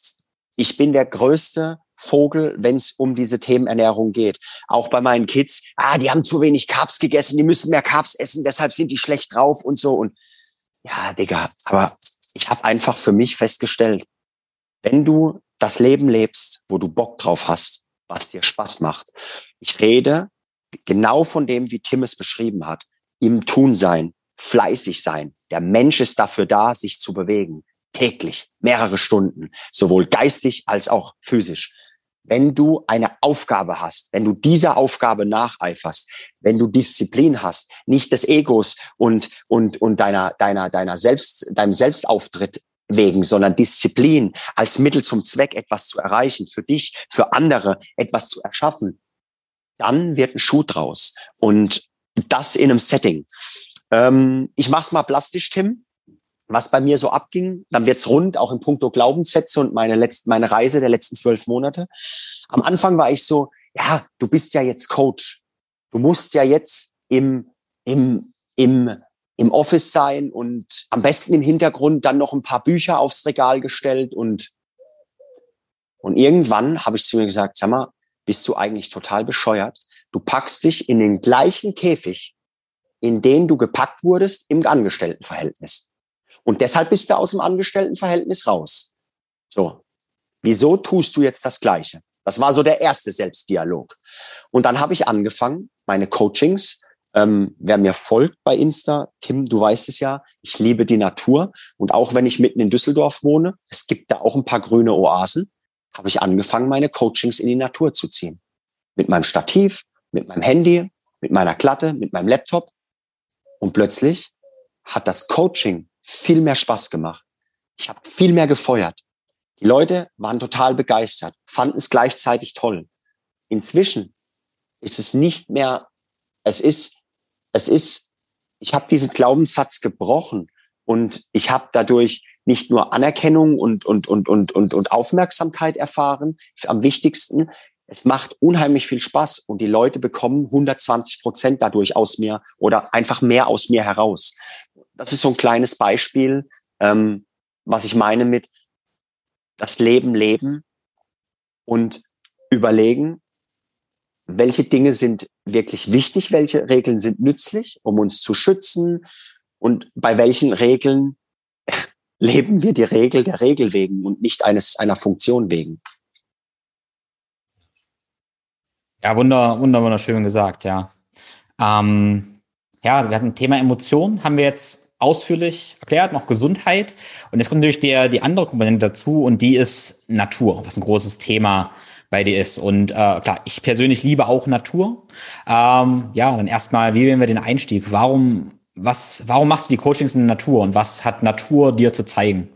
größte Vogel, wenn es um diese Themen Ernährung geht. Auch bei meinen Kids, die haben zu wenig Carbs gegessen, die müssen mehr Carbs essen, deshalb sind die schlecht drauf und so. Und ja, Digga, aber ich habe einfach für mich festgestellt, wenn du das Leben lebst, wo du Bock drauf hast, was dir Spaß macht. Ich rede genau von dem, wie Tim es beschrieben hat. Im Tun sein, fleißig sein. Der Mensch ist dafür da, sich zu bewegen. Täglich, mehrere Stunden, sowohl geistig als auch physisch. Wenn du eine Aufgabe hast, wenn du dieser Aufgabe nacheiferst, wenn du Disziplin hast, nicht des Egos und deinem Selbstauftritt wegen, sondern Disziplin als Mittel zum Zweck, etwas zu erreichen, für dich, für andere, etwas zu erschaffen, dann wird ein Schuh draus. Und das in einem Setting. Ich mach's mal plastisch, Tim. Was bei mir so abging, dann wird's rund, auch in puncto Glaubenssätze und meine Reise der letzten 12 Monate. Am Anfang war ich so, ja, du bist ja jetzt Coach. Du musst ja jetzt im Office sein und am besten im Hintergrund dann noch ein paar Bücher aufs Regal gestellt und irgendwann habe ich zu mir gesagt, sag mal, bist du eigentlich total bescheuert? Du packst dich in den gleichen Käfig, in den du gepackt wurdest im Angestelltenverhältnis. Und deshalb bist du aus dem Angestelltenverhältnis raus. So, wieso tust du jetzt das Gleiche? Das war so der erste Selbstdialog. Und dann habe ich angefangen, meine Coachings, wer mir folgt bei Insta, Tim, du weißt es ja, ich liebe die Natur. Und auch wenn ich mitten in Düsseldorf wohne, es gibt da auch ein paar grüne Oasen, habe ich angefangen, meine Coachings in die Natur zu ziehen. Mit meinem Stativ, mit meinem Handy, mit meiner Klatte, mit meinem Laptop. Und plötzlich hat das Coaching viel mehr Spaß gemacht. Ich habe viel mehr gefeuert. Die Leute waren total begeistert, fanden es gleichzeitig toll. Inzwischen ist es nicht mehr, ich habe diesen Glaubenssatz gebrochen und ich habe dadurch nicht nur Anerkennung und Aufmerksamkeit erfahren. Am wichtigsten, Es macht unheimlich viel Spaß und die Leute bekommen 120% dadurch aus mir oder einfach mehr aus mir heraus. Das ist so ein kleines Beispiel, was ich meine mit das Leben leben und überlegen, welche Dinge sind wirklich wichtig, welche Regeln sind nützlich, um uns zu schützen und bei welchen Regeln leben wir die Regel der Regel wegen und nicht einer Funktion wegen. Ja, wunderschön gesagt, ja. Ja, wir hatten Thema Emotionen, haben wir jetzt ausführlich erklärt, noch Gesundheit. Und jetzt kommt natürlich die andere Komponente dazu und die ist Natur, was ein großes Thema bei dir ist. Und klar, ich persönlich liebe auch Natur. Ja, dann erstmal, wie wählen wir den Einstieg? Warum machst du die Coachings in der Natur und was hat Natur dir zu zeigen?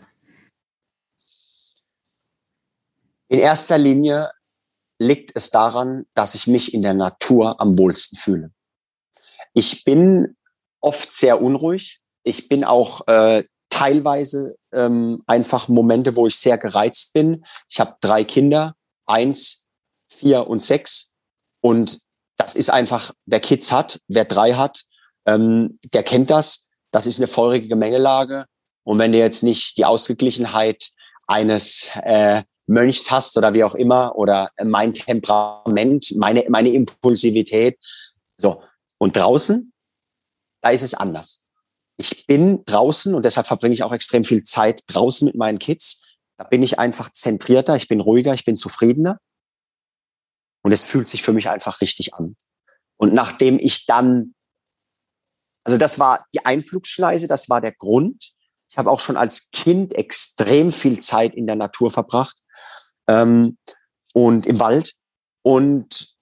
In erster Linie liegt es daran, dass ich mich in der Natur am wohlsten fühle. Ich bin oft sehr unruhig. Ich bin auch teilweise einfach Momente, wo ich sehr gereizt bin. Ich habe 3 Kinder, 1, 4 und 6. Und das ist einfach, wer Kids hat, wer 3 hat, der kennt das. Das ist eine feurige Gemengelage. Und wenn du jetzt nicht die Ausgeglichenheit eines Mönchs hast oder wie auch immer, oder mein Temperament, meine Impulsivität. So. Und draußen, da ist es anders. Ich bin draußen und deshalb verbringe ich auch extrem viel Zeit draußen mit meinen Kids. Da bin ich einfach zentrierter, ich bin ruhiger, ich bin zufriedener. Und es fühlt sich für mich einfach richtig an. Und nachdem ich dann, also das war die Einflugschneise, das war der Grund. Ich habe auch schon als Kind extrem viel Zeit in der Natur verbracht und im Wald. Und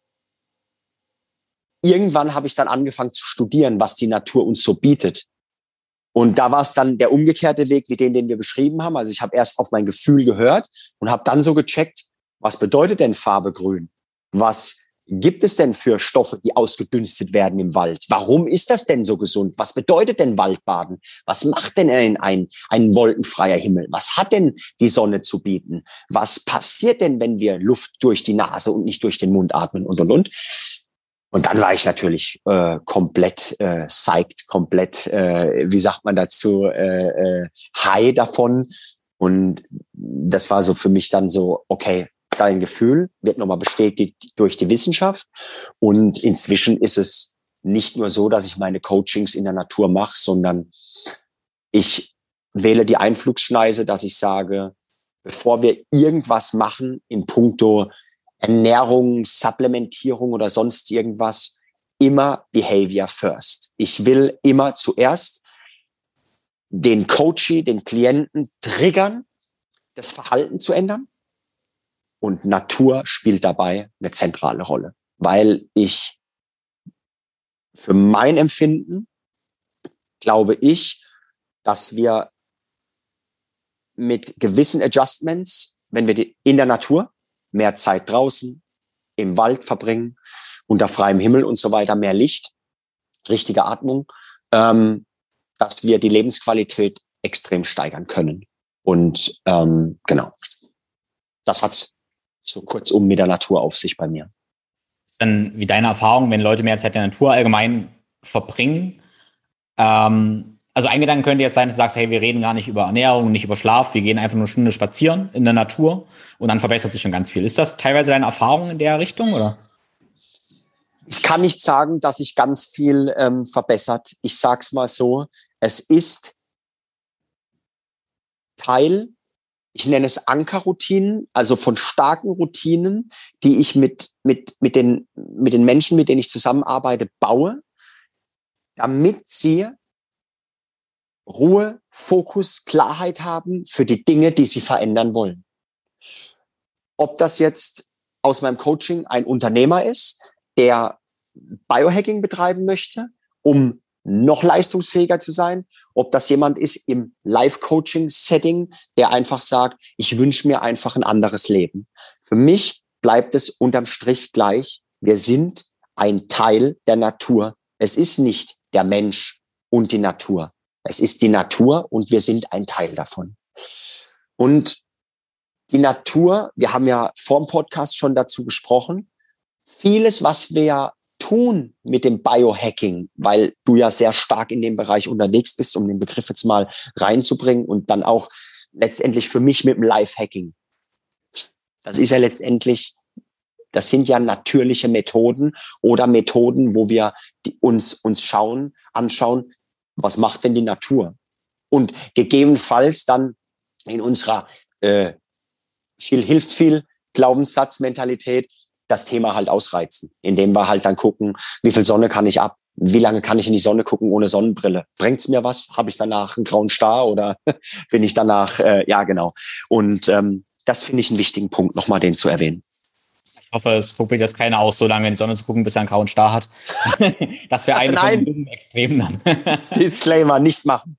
irgendwann habe ich dann angefangen zu studieren, was die Natur uns so bietet. Und da war es dann der umgekehrte Weg, wie den wir beschrieben haben. Also ich habe erst auf mein Gefühl gehört und habe dann so gecheckt, was bedeutet denn Farbe grün? Was gibt es denn für Stoffe, die ausgedünstet werden im Wald? Warum ist das denn so gesund? Was bedeutet denn Waldbaden? Was macht denn ein wolkenfreier Himmel? Was hat denn die Sonne zu bieten? Was passiert denn, wenn wir Luft durch die Nase und nicht durch den Mund atmen und? Und dann war ich natürlich komplett psyched, komplett, wie sagt man dazu, high davon. Und das war so für mich dann so, okay, dein Gefühl wird nochmal bestätigt durch die Wissenschaft. Und inzwischen ist es nicht nur so, dass ich meine Coachings in der Natur mache, sondern ich wähle die Einflugschneise, dass ich sage, bevor wir irgendwas machen in puncto Ernährung, Supplementierung oder sonst irgendwas, immer Behavior first. Ich will immer zuerst den Coachee, den Klienten triggern, das Verhalten zu ändern. Und Natur spielt dabei eine zentrale Rolle, weil ich für mein Empfinden glaube ich, dass wir mit gewissen Adjustments, wenn wir in der Natur mehr Zeit draußen, im Wald verbringen, unter freiem Himmel und so weiter, mehr Licht, richtige Atmung, dass wir die Lebensqualität extrem steigern können. Und genau, das hat's so kurzum mit der Natur auf sich bei mir. Ist dann wie deine Erfahrung, wenn Leute mehr Zeit in der Natur allgemein verbringen? Also ein Gedanke könnte jetzt sein, dass du sagst, hey, wir reden gar nicht über Ernährung, nicht über Schlaf, wir gehen einfach nur eine Stunde spazieren in der Natur und dann verbessert sich schon ganz viel. Ist das teilweise deine Erfahrung in der Richtung, oder? Ich kann nicht sagen, dass sich ganz viel verbessert. Ich sag's mal so, es ist Teil, ich nenne es Ankerroutinen, also von starken Routinen, die ich mit den Menschen, mit denen ich zusammenarbeite, baue, damit sie Ruhe, Fokus, Klarheit haben für die Dinge, die sie verändern wollen. Ob das jetzt aus meinem Coaching ein Unternehmer ist, der Biohacking betreiben möchte, um noch leistungsfähiger zu sein, ob das jemand ist im Life-Coaching-Setting, der einfach sagt, ich wünsche mir einfach ein anderes Leben. Für mich bleibt es unterm Strich gleich, wir sind ein Teil der Natur. Es ist nicht der Mensch und die Natur. Es ist die Natur und wir sind ein Teil davon. Und die Natur, wir haben ja vor dem Podcast schon dazu gesprochen, vieles, was wir tun mit dem Biohacking, weil du ja sehr stark in dem Bereich unterwegs bist, um den Begriff jetzt mal reinzubringen und dann auch letztendlich für mich mit dem Lifehacking. Das ist ja letztendlich, das sind ja natürliche Methoden oder Methoden, wo wir uns anschauen, was macht denn die Natur? Und gegebenenfalls dann in unserer viel hilft viel Glaubenssatzmentalität das Thema halt ausreizen, indem wir halt dann gucken, wie viel Sonne kann ich ab, wie lange kann ich in die Sonne gucken ohne Sonnenbrille? Bringt's mir was? Habe ich danach einen grauen Star oder bin ich danach, ja genau. Und das finde ich einen wichtigen Punkt, nochmal den zu erwähnen. Ich hoffe, es probiert jetzt keiner aus, so lange in die Sonne zu gucken, bis er einen grauen Star hat. Das wäre eine von den dummen Extremen dann. Disclaimer, nicht machen.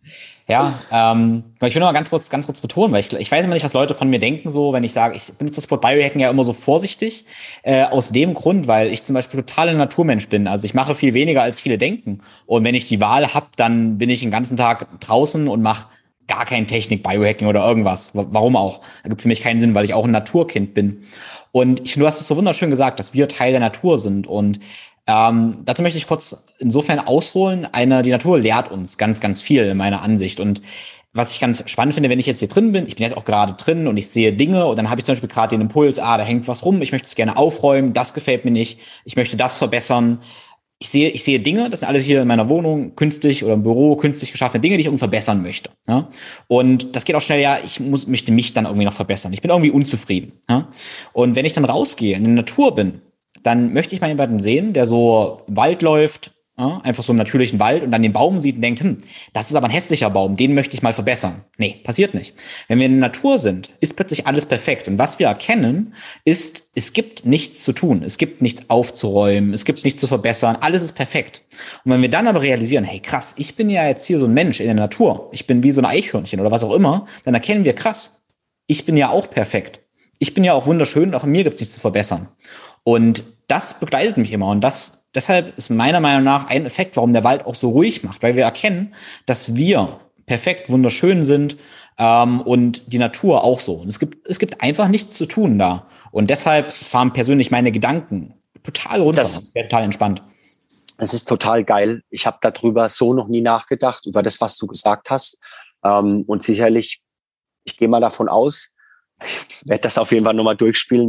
Ja, ich will noch mal ganz kurz betonen, weil ich weiß immer nicht, was Leute von mir denken, so, wenn ich sage, ich benutze das Wort Biohacking ja immer so vorsichtig, aus dem Grund, weil ich zum Beispiel total ein Naturmensch bin. Also ich mache viel weniger, als viele denken. Und wenn ich die Wahl habe, dann bin ich den ganzen Tag draußen und mache gar kein Technik-Biohacking oder irgendwas. Warum auch? Da gibt für mich keinen Sinn, weil ich auch ein Naturkind bin. Und ich finde, du hast es so wunderschön gesagt, dass wir Teil der Natur sind. Und dazu möchte ich kurz insofern ausholen. Die Natur lehrt uns ganz, ganz viel in meiner Ansicht. Und was ich ganz spannend finde, wenn ich jetzt hier drin bin, ich bin jetzt auch gerade drin und ich sehe Dinge und dann habe ich zum Beispiel gerade den Impuls, da hängt was rum, ich möchte es gerne aufräumen, das gefällt mir nicht, ich möchte das verbessern. Ich sehe Dinge, das sind alles hier in meiner Wohnung künstlich oder im Büro künstlich geschaffene Dinge, die ich irgendwie verbessern möchte. Ja? Und das geht auch schnell, möchte mich dann irgendwie noch verbessern. Ich bin irgendwie unzufrieden. Ja? Und wenn ich dann rausgehe, in der Natur bin, dann möchte ich mal jemanden sehen, der so im Wald läuft, ja, einfach so im natürlichen Wald und dann den Baum sieht und denkt, das ist aber ein hässlicher Baum, den möchte ich mal verbessern. Nee, passiert nicht. Wenn wir in der Natur sind, ist plötzlich alles perfekt. Und was wir erkennen, ist, es gibt nichts zu tun. Es gibt nichts aufzuräumen. Es gibt nichts zu verbessern. Alles ist perfekt. Und wenn wir dann aber realisieren, hey krass, ich bin ja jetzt hier so ein Mensch in der Natur. Ich bin wie so ein Eichhörnchen oder was auch immer. Dann erkennen wir, krass, ich bin ja auch perfekt. Ich bin ja auch wunderschön und auch in mir gibt es nichts zu verbessern. Und das begleitet mich immer. Und deshalb ist meiner Meinung nach ein Effekt, warum der Wald auch so ruhig macht, weil wir erkennen, dass wir perfekt, wunderschön sind und die Natur auch so. Und es gibt einfach nichts zu tun da. Und deshalb fahren persönlich meine Gedanken total runter. Das wäre total entspannt. Es ist total geil. Ich habe darüber so noch nie nachgedacht, über das, was du gesagt hast. Und sicherlich, ich gehe mal davon aus, ich werde das auf jeden Fall nochmal durchspielen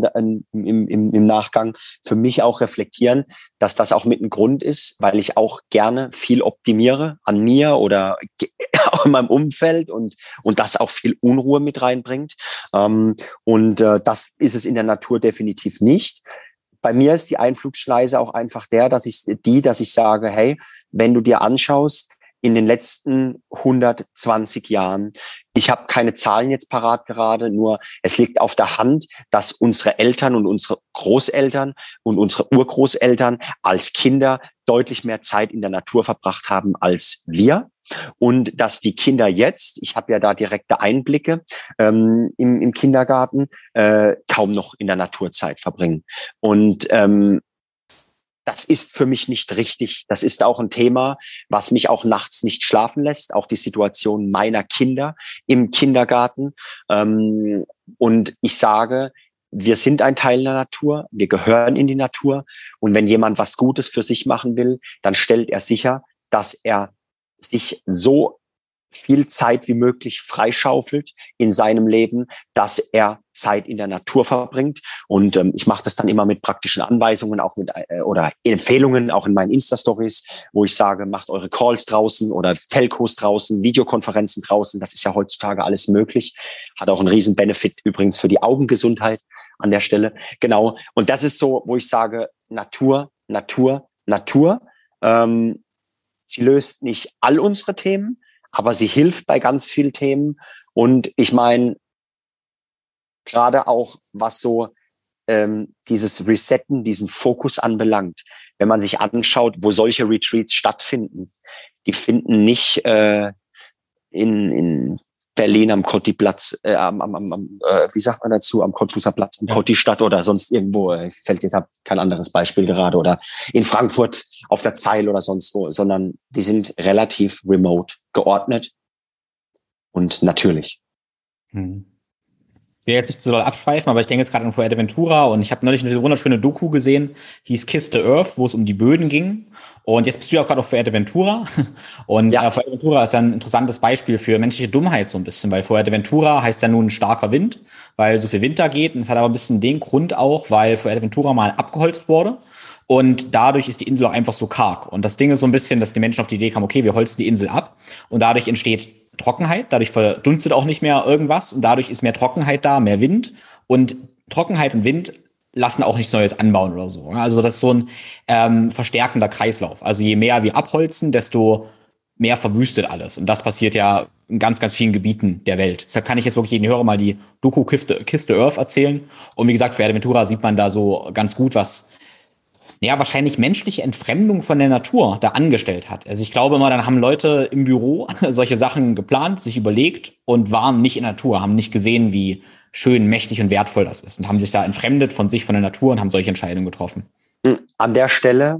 im Nachgang, für mich auch reflektieren, dass das auch mit ein Grund ist, weil ich auch gerne viel optimiere an mir oder auch in meinem Umfeld und das auch viel Unruhe mit reinbringt. Das ist es in der Natur definitiv nicht. Bei mir ist die Einflugschneise auch einfach dass ich sage, hey, wenn du dir anschaust, in den letzten 120 Jahren, ich habe keine Zahlen jetzt parat gerade, nur es liegt auf der Hand, dass unsere Eltern und unsere Großeltern und unsere Urgroßeltern als Kinder deutlich mehr Zeit in der Natur verbracht haben als wir. Und dass die Kinder jetzt, ich habe ja da direkte Einblicke im Kindergarten, kaum noch in der Naturzeit verbringen. Und das ist für mich nicht richtig. Das ist auch ein Thema, was mich auch nachts nicht schlafen lässt. Auch die Situation meiner Kinder im Kindergarten. Und ich sage, wir sind ein Teil der Natur. Wir gehören in die Natur. Und wenn jemand was Gutes für sich machen will, dann stellt er sicher, dass er sich so viel Zeit wie möglich freischaufelt in seinem Leben, dass er Zeit in der Natur verbringt. Und ich mache das dann immer mit praktischen Anweisungen, auch oder Empfehlungen, auch in meinen Insta-Stories, wo ich sage, macht eure Calls draußen oder Telcos draußen, Videokonferenzen draußen. Das ist ja heutzutage alles möglich. Hat auch einen riesen Benefit übrigens für die Augengesundheit an der Stelle. Genau. Und das ist so, wo ich sage, Natur. Sie löst nicht all unsere Themen, aber sie hilft bei ganz vielen Themen. Und ich meine, gerade auch, was so dieses Resetten, diesen Fokus anbelangt, wenn man sich anschaut, wo solche Retreats stattfinden, die finden nicht in Berlin am Kottiplatz, wie sagt man dazu, am Cottbuser Platz, am Kotti statt oder sonst irgendwo, fällt jetzt ab, kein anderes Beispiel gerade, oder in Frankfurt auf der Zeil oder sonst wo, sondern die sind relativ remote geordnet und natürlich. Ich will jetzt nicht so doll abschweifen, aber ich denke jetzt gerade an Fuerteventura und ich habe neulich eine wunderschöne Doku gesehen, hieß Kiss the Earth, wo es um die Böden ging. Und jetzt bist du ja auch gerade auf Fuerteventura. Und Ja, Fuerteventura ist ja ein interessantes Beispiel für menschliche Dummheit so ein bisschen, weil Fuerteventura heißt ja nun starker Wind, weil so viel Wind da geht. Und es hat aber ein bisschen den Grund auch, weil Fuerteventura mal abgeholzt wurde. Und dadurch ist die Insel auch einfach so karg. Und das Ding ist so ein bisschen, dass die Menschen auf die Idee kamen, okay, wir holzen die Insel ab. Und dadurch entsteht Trockenheit, dadurch verdunstet auch nicht mehr irgendwas. Und dadurch ist mehr Trockenheit da, mehr Wind. Und Trockenheit und Wind lassen auch nichts Neues anbauen oder so. Also das ist so ein verstärkender Kreislauf. Also je mehr wir abholzen, desto mehr verwüstet alles. Und das passiert ja in ganz, ganz vielen Gebieten der Welt. Deshalb kann ich jetzt wirklich jeden Hörer mal die Doku Kiss the Earth erzählen. Und wie gesagt, für Fuerteventura sieht man da so ganz gut, was ja, wahrscheinlich menschliche Entfremdung von der Natur da angestellt hat. Also ich glaube immer, dann haben Leute im Büro solche Sachen geplant, sich überlegt und waren nicht in der Natur, haben nicht gesehen, wie schön, mächtig und wertvoll das ist und haben sich da entfremdet von sich, von der Natur und haben solche Entscheidungen getroffen. an der Stelle,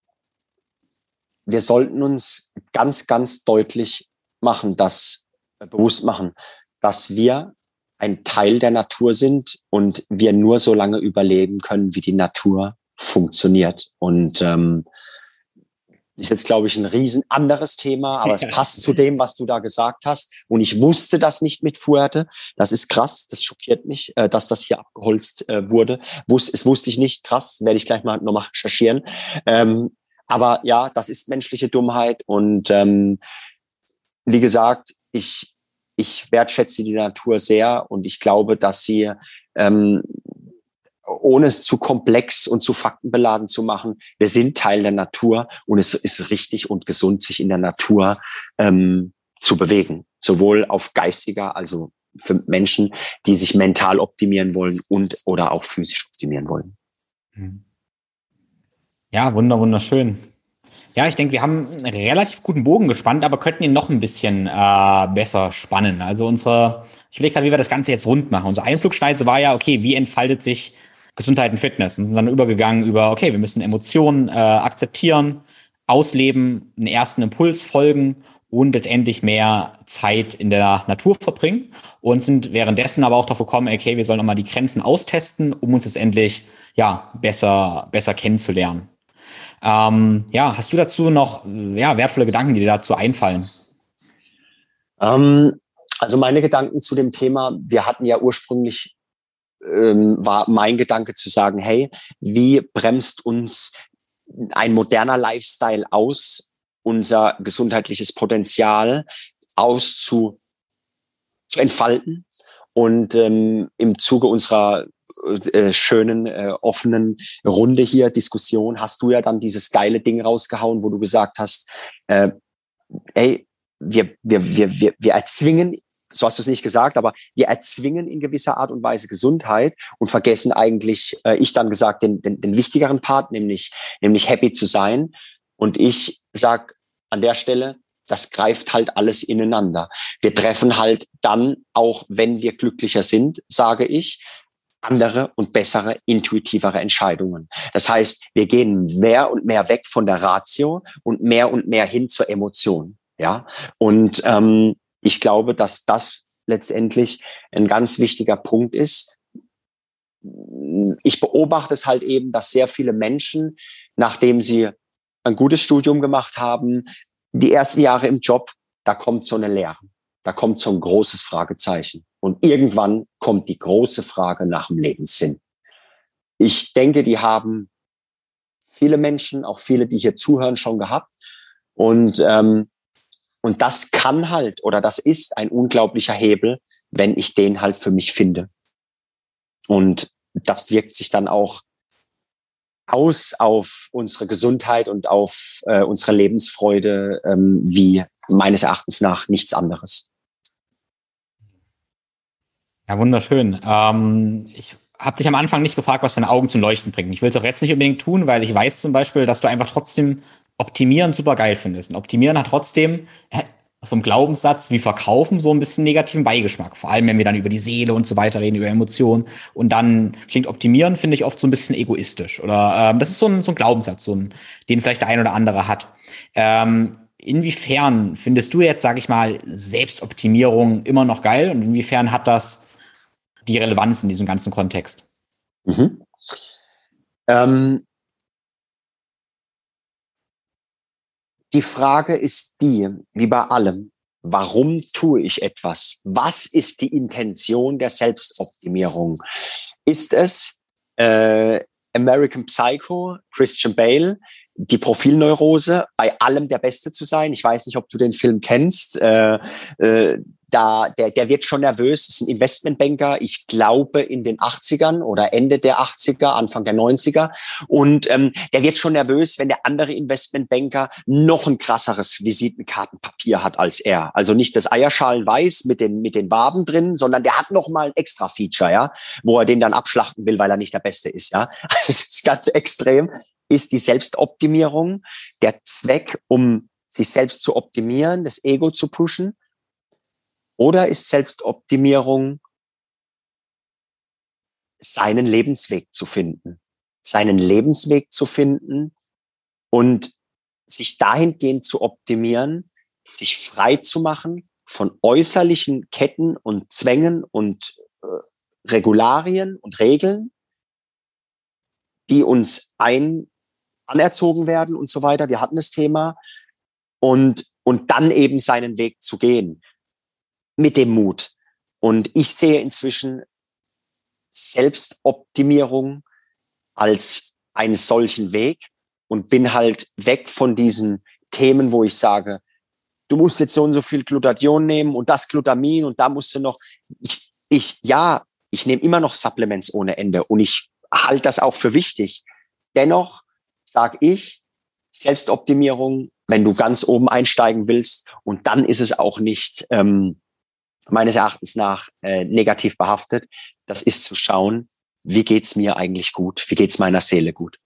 wir sollten uns ganz, ganz deutlich machen, bewusst machen, dass wir ein Teil der Natur sind und wir nur so lange überleben können, wie die Natur funktioniert. Und ist jetzt, glaube ich, ein riesen anderes Thema, aber es passt zu dem, was du da gesagt hast. Und ich wusste das nicht mit Fuerte. Das ist krass, das schockiert mich, dass das hier abgeholzt wurde. Es wusste ich nicht, krass, werde ich gleich mal nochmal recherchieren. Aber ja, das ist menschliche Dummheit. Und wie gesagt, ich wertschätze die Natur sehr und ich glaube, dass sie ohne es zu komplex und zu faktenbeladen zu machen. Wir sind Teil der Natur und es ist richtig und gesund, sich in der Natur zu bewegen. Sowohl auf geistiger, also für Menschen, die sich mental optimieren wollen und oder auch physisch optimieren wollen. Ja, wunderschön. Ja, ich denke, wir haben einen relativ guten Bogen gespannt, aber könnten ihn noch ein bisschen besser spannen. Also ich überlege gerade, wie wir das Ganze jetzt rund machen. Unsere Einflugschneise war ja, okay, wie entfaltet sich Gesundheit und Fitness? Und sind dann übergegangen über, okay, wir müssen Emotionen akzeptieren, ausleben, einen ersten Impuls folgen und letztendlich mehr Zeit in der Natur verbringen und sind währenddessen aber auch darauf gekommen, okay, wir sollen nochmal die Grenzen austesten, um uns letztendlich ja besser kennenzulernen. Ja, hast du dazu noch wertvolle Gedanken, die dir dazu einfallen? Also meine Gedanken zu dem Thema, wir hatten ja ursprünglich, war mein Gedanke zu sagen, hey, wie bremst uns ein moderner Lifestyle aus, unser gesundheitliches Potenzial zu entfalten? Und im Zuge unserer schönen, offenen Runde hier, Diskussion, hast du ja dann dieses geile Ding rausgehauen, wo du gesagt hast, ey, wir erzwingen, so hast du es nicht gesagt, aber wir erzwingen in gewisser Art und Weise Gesundheit und vergessen eigentlich, ich dann gesagt, den wichtigeren Part, nämlich happy zu sein. Und ich sag an der Stelle, das greift halt alles ineinander. Wir treffen halt dann, auch wenn wir glücklicher sind, sage ich, andere und bessere, intuitivere Entscheidungen. Das heißt, wir gehen mehr und mehr weg von der Ratio und mehr hin zur Emotion. Ja, und ich glaube, dass das letztendlich ein ganz wichtiger Punkt ist. Ich beobachte es halt eben, dass sehr viele Menschen, nachdem sie ein gutes Studium gemacht haben, die ersten Jahre im Job, da kommt so eine Leere. Da kommt so ein großes Fragezeichen. Und irgendwann kommt die große Frage nach dem Lebenssinn. Ich denke, die haben viele Menschen, auch viele, die hier zuhören, schon gehabt. Und das kann halt, oder das ist ein unglaublicher Hebel, wenn ich den halt für mich finde. Und das wirkt sich dann auch aus auf unsere Gesundheit und auf unsere Lebensfreude, wie meines Erachtens nach nichts anderes. Ja, wunderschön. Ich habe dich am Anfang nicht gefragt, was deine Augen zum Leuchten bringen. Ich will es auch jetzt nicht unbedingt tun, weil ich weiß zum Beispiel, dass du einfach trotzdem Optimieren super geil findest. Und Optimieren hat trotzdem vom Glaubenssatz wie Verkaufen so ein bisschen negativen Beigeschmack. Vor allem, wenn wir dann über die Seele und so weiter reden, über Emotionen. Und dann klingt Optimieren, finde ich, oft so ein bisschen egoistisch. Oder das ist so ein Glaubenssatz, den vielleicht der ein oder andere hat. Inwiefern findest du jetzt, sage ich mal, Selbstoptimierung immer noch geil? Und inwiefern hat das die Relevanz in diesem ganzen Kontext? Mhm. Die Frage ist die, wie bei allem, warum tue ich etwas? Was ist die Intention der Selbstoptimierung? Ist es American Psycho, Christian Bale, die Profilneurose, bei allem der Beste zu sein? Ich weiß nicht, ob du den Film kennst. Der wird schon nervös, ist ein Investmentbanker, ich glaube in den 80ern oder Ende der 80er, Anfang der 90er. Und der wird schon nervös, wenn der andere Investmentbanker noch ein krasseres Visitenkartenpapier hat als er. Also nicht das Eierschalenweiß mit den Waben drin, sondern der hat noch mal ein extra Feature, ja, wo er den dann abschlachten will, weil er nicht der Beste ist, ja. Also das ist ganz extrem. Ist die Selbstoptimierung der Zweck, um sich selbst zu optimieren, das Ego zu pushen? Oder ist Selbstoptimierung seinen Lebensweg zu finden? Seinen Lebensweg zu finden und sich dahingehend zu optimieren, sich frei zu machen von äußerlichen Ketten und Zwängen und Regularien und Regeln, die uns anerzogen werden und so weiter. Wir hatten das Thema. Und dann eben seinen Weg zu gehen. Mit dem Mut. Und ich sehe inzwischen Selbstoptimierung als einen solchen Weg und bin halt weg von diesen Themen, wo ich sage, du musst jetzt so und so viel Glutathion nehmen und das Glutamin und da musst du noch, ich nehme immer noch Supplements ohne Ende und ich halte das auch für wichtig. Dennoch sage ich, Selbstoptimierung, wenn du ganz oben einsteigen willst, und dann ist es auch nicht meines Erachtens nach negativ behaftet, das ist zu schauen, wie geht's mir eigentlich gut, wie geht's meiner Seele gut.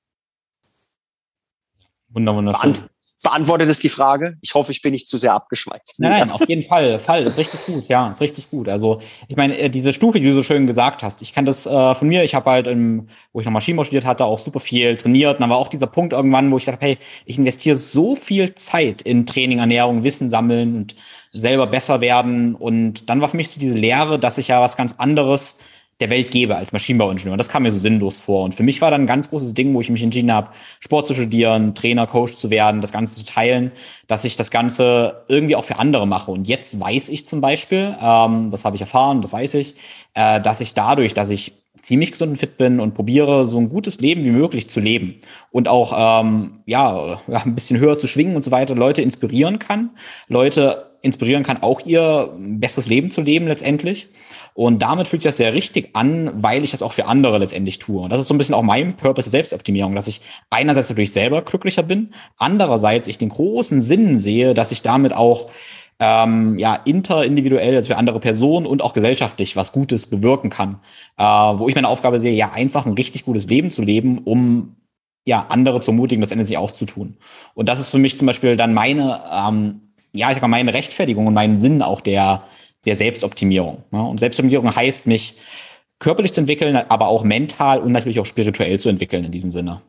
Wunderschön. Beantwortet es die Frage? Ich hoffe, ich bin nicht zu sehr abgeschweift. Nein, auf jeden Fall. Das ist richtig gut, ja, ist richtig gut. Also ich meine, diese Stufe, die du so schön gesagt hast, ich kann das von mir, ich habe halt, wo ich noch Maschinenbau studiert hatte, auch super viel trainiert. Und dann war auch dieser Punkt irgendwann, wo ich dachte, hey, ich investiere so viel Zeit in Training, Ernährung, Wissen sammeln und selber besser werden. Und dann war für mich so diese Lehre, dass ich ja was ganz anderes der Welt gebe als Maschinenbauingenieur. Und das kam mir so sinnlos vor. Und für mich war dann ein ganz großes Ding, wo ich mich entschieden habe, Sport zu studieren, Trainer, Coach zu werden, das Ganze zu teilen, dass ich das Ganze irgendwie auch für andere mache. Und jetzt weiß ich zum Beispiel, das habe ich erfahren, das weiß ich, dass ich dadurch, dass ich ziemlich gesund und fit bin und probiere, so ein gutes Leben wie möglich zu leben und auch ein bisschen höher zu schwingen und so weiter, Leute inspirieren kann, auch ihr besseres Leben zu leben letztendlich. Und damit fühlt sich das sehr richtig an, weil ich das auch für andere letztendlich tue. Und das ist so ein bisschen auch mein Purpose der Selbstoptimierung, dass ich einerseits natürlich selber glücklicher bin, andererseits ich den großen Sinn sehe, dass ich damit auch interindividuell, also für andere Personen und auch gesellschaftlich was Gutes bewirken kann. Wo ich meine Aufgabe sehe, ja, einfach ein richtig gutes Leben zu leben, um ja andere zu ermutigen, das endlich auch zu tun. Und das ist für mich zum Beispiel dann meine Rechtfertigung und meinen Sinn auch der Selbstoptimierung. Ne? Und Selbstoptimierung heißt, mich körperlich zu entwickeln, aber auch mental und natürlich auch spirituell zu entwickeln in diesem Sinne.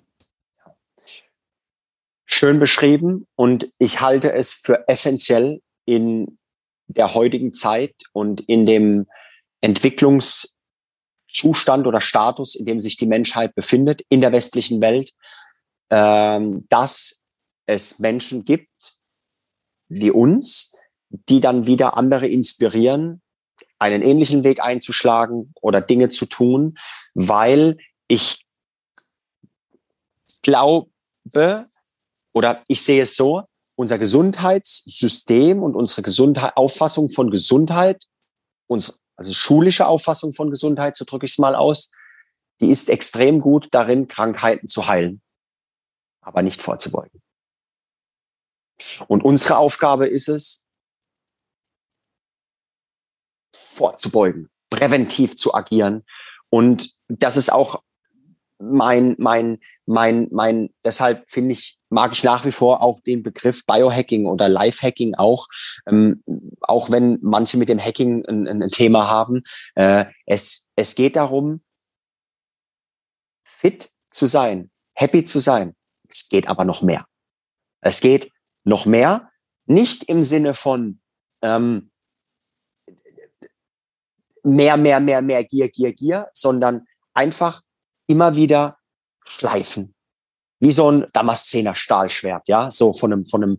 Schön beschrieben, und ich halte es für essentiell in der heutigen Zeit und in dem Entwicklungszustand oder Status, in dem sich die Menschheit befindet, in der westlichen Welt, dass es Menschen gibt wie uns, die dann wieder andere inspirieren, einen ähnlichen Weg einzuschlagen oder Dinge zu tun, weil ich glaube oder ich sehe es so, unser Gesundheitssystem und unsere Auffassung von Gesundheit, also schulische Auffassung von Gesundheit, so drücke ich es mal aus, die ist extrem gut darin, Krankheiten zu heilen, aber nicht vorzubeugen. Und unsere Aufgabe ist es, vorzubeugen, präventiv zu agieren. Und das ist auch deshalb mag ich nach wie vor auch den Begriff Biohacking oder Lifehacking auch wenn manche mit dem Hacking ein Thema haben. Es geht darum, fit zu sein, happy zu sein. Es geht aber noch mehr. Es geht noch mehr, nicht im Sinne von mehr Gier, sondern einfach immer wieder schleifen. Wie so ein Damaszener Stahlschwert, ja, so von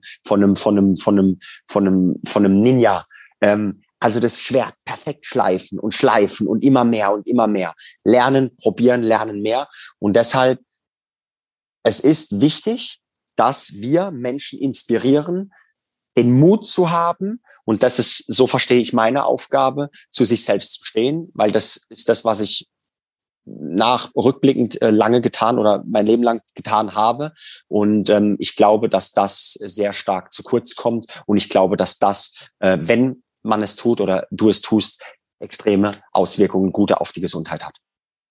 einem Ninja. Also das Schwert perfekt schleifen und immer mehr und immer mehr. Lernen, probieren, lernen mehr. Und deshalb, es ist wichtig, dass wir Menschen inspirieren, den Mut zu haben. Und das ist, so verstehe ich meine Aufgabe, zu sich selbst zu stehen, weil das ist das, was ich rückblickend lange getan oder mein Leben lang getan habe. Und ich glaube, dass das sehr stark zu kurz kommt. Und ich glaube, dass das, wenn man es tut oder du es tust, extreme Auswirkungen, gute auf die Gesundheit hat.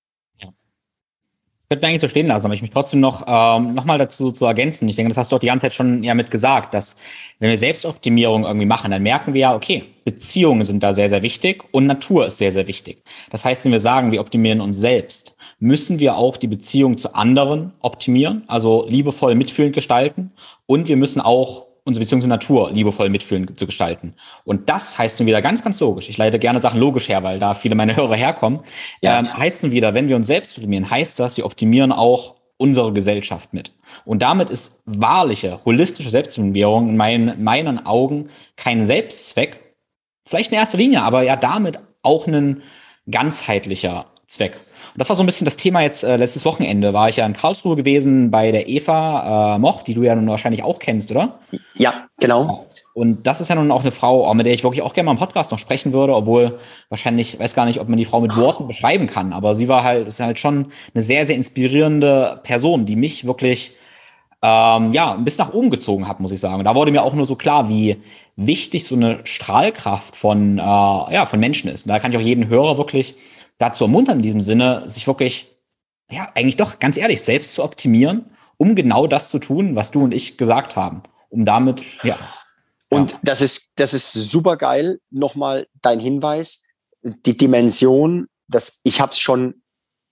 Ich würde mir eigentlich so stehen lassen, aber ich mich trotzdem noch mal dazu zu ergänzen. Ich denke, das hast du auch die ganze Zeit schon ja mit gesagt, dass wenn wir Selbstoptimierung irgendwie machen, dann merken wir ja, okay, Beziehungen sind da sehr, sehr wichtig und Natur ist sehr, sehr wichtig. Das heißt, wenn wir sagen, wir optimieren uns selbst, müssen wir auch die Beziehung zu anderen optimieren, also liebevoll mitfühlend gestalten und wir müssen auch unsere Beziehung zur Natur liebevoll mitfühlend zu gestalten. Und das heißt nun wieder ganz, ganz logisch. Ich leite gerne Sachen logisch her, weil da viele meiner Hörer herkommen. Heißt nun wieder, wenn wir uns selbst optimieren, heißt das, wir optimieren auch unsere Gesellschaft mit. Und damit ist wahrliche, holistische Selbstoptimierung in meinen Augen kein Selbstzweck, vielleicht in erster Linie, aber ja damit auch ein ganzheitlicher Zweck. Und das war so ein bisschen das Thema jetzt, letztes Wochenende war ich ja in Karlsruhe gewesen bei der Eva Moch, die du ja nun wahrscheinlich auch kennst, oder? Ja, genau. Und das ist ja nun auch eine Frau, mit der ich wirklich auch gerne mal im Podcast noch sprechen würde, obwohl wahrscheinlich, weiß gar nicht, ob man die Frau mit Worten beschreiben kann, aber sie war halt, ist halt schon eine sehr, sehr inspirierende Person, die mich wirklich ein bisschen nach oben gezogen hat, muss ich sagen. Und da wurde mir auch nur so klar, wie wichtig so eine Strahlkraft von Menschen ist. Und da kann ich auch jeden Hörer wirklich dazu ermuntern, in diesem Sinne, sich wirklich, eigentlich doch ganz ehrlich, selbst zu optimieren, um genau das zu tun, was du und ich gesagt haben. Um damit, Und das ist super geil. Nochmal dein Hinweis, die Dimension, ich habe es schon,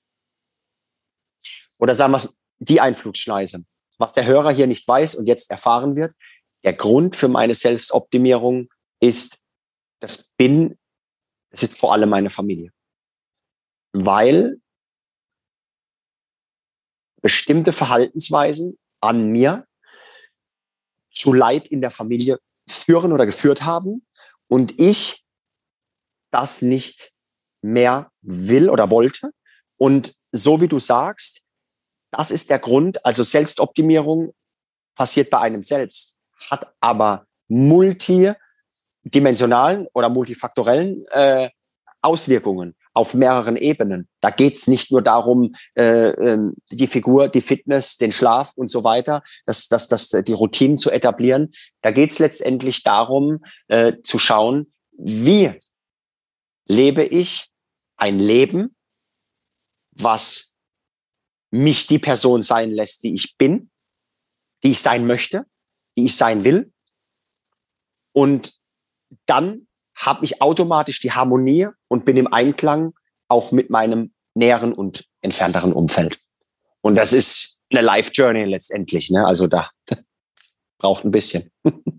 oder sagen wir, die Einflugschneise. Was der Hörer hier nicht weiß und jetzt erfahren wird, der Grund für meine Selbstoptimierung ist, das ist jetzt vor allem meine Familie. Weil bestimmte Verhaltensweisen an mir zu Leid in der Familie führen oder geführt haben und ich das nicht mehr will oder wollte. Und so wie du sagst, das ist der Grund, also Selbstoptimierung passiert bei einem selbst, hat aber multidimensionalen oder multifaktorellen Auswirkungen auf mehreren Ebenen. Da geht's nicht nur darum, die Figur, die Fitness, den Schlaf und so weiter, die Routinen zu etablieren. Da geht's letztendlich darum, zu schauen, wie lebe ich ein Leben, was mich die Person sein lässt, die ich bin, die ich sein möchte, die ich sein will. Und dann habe ich automatisch die Harmonie und bin im Einklang auch mit meinem näheren und entfernteren Umfeld. Und das ist eine Life Journey letztendlich, ne? Also da braucht ein bisschen.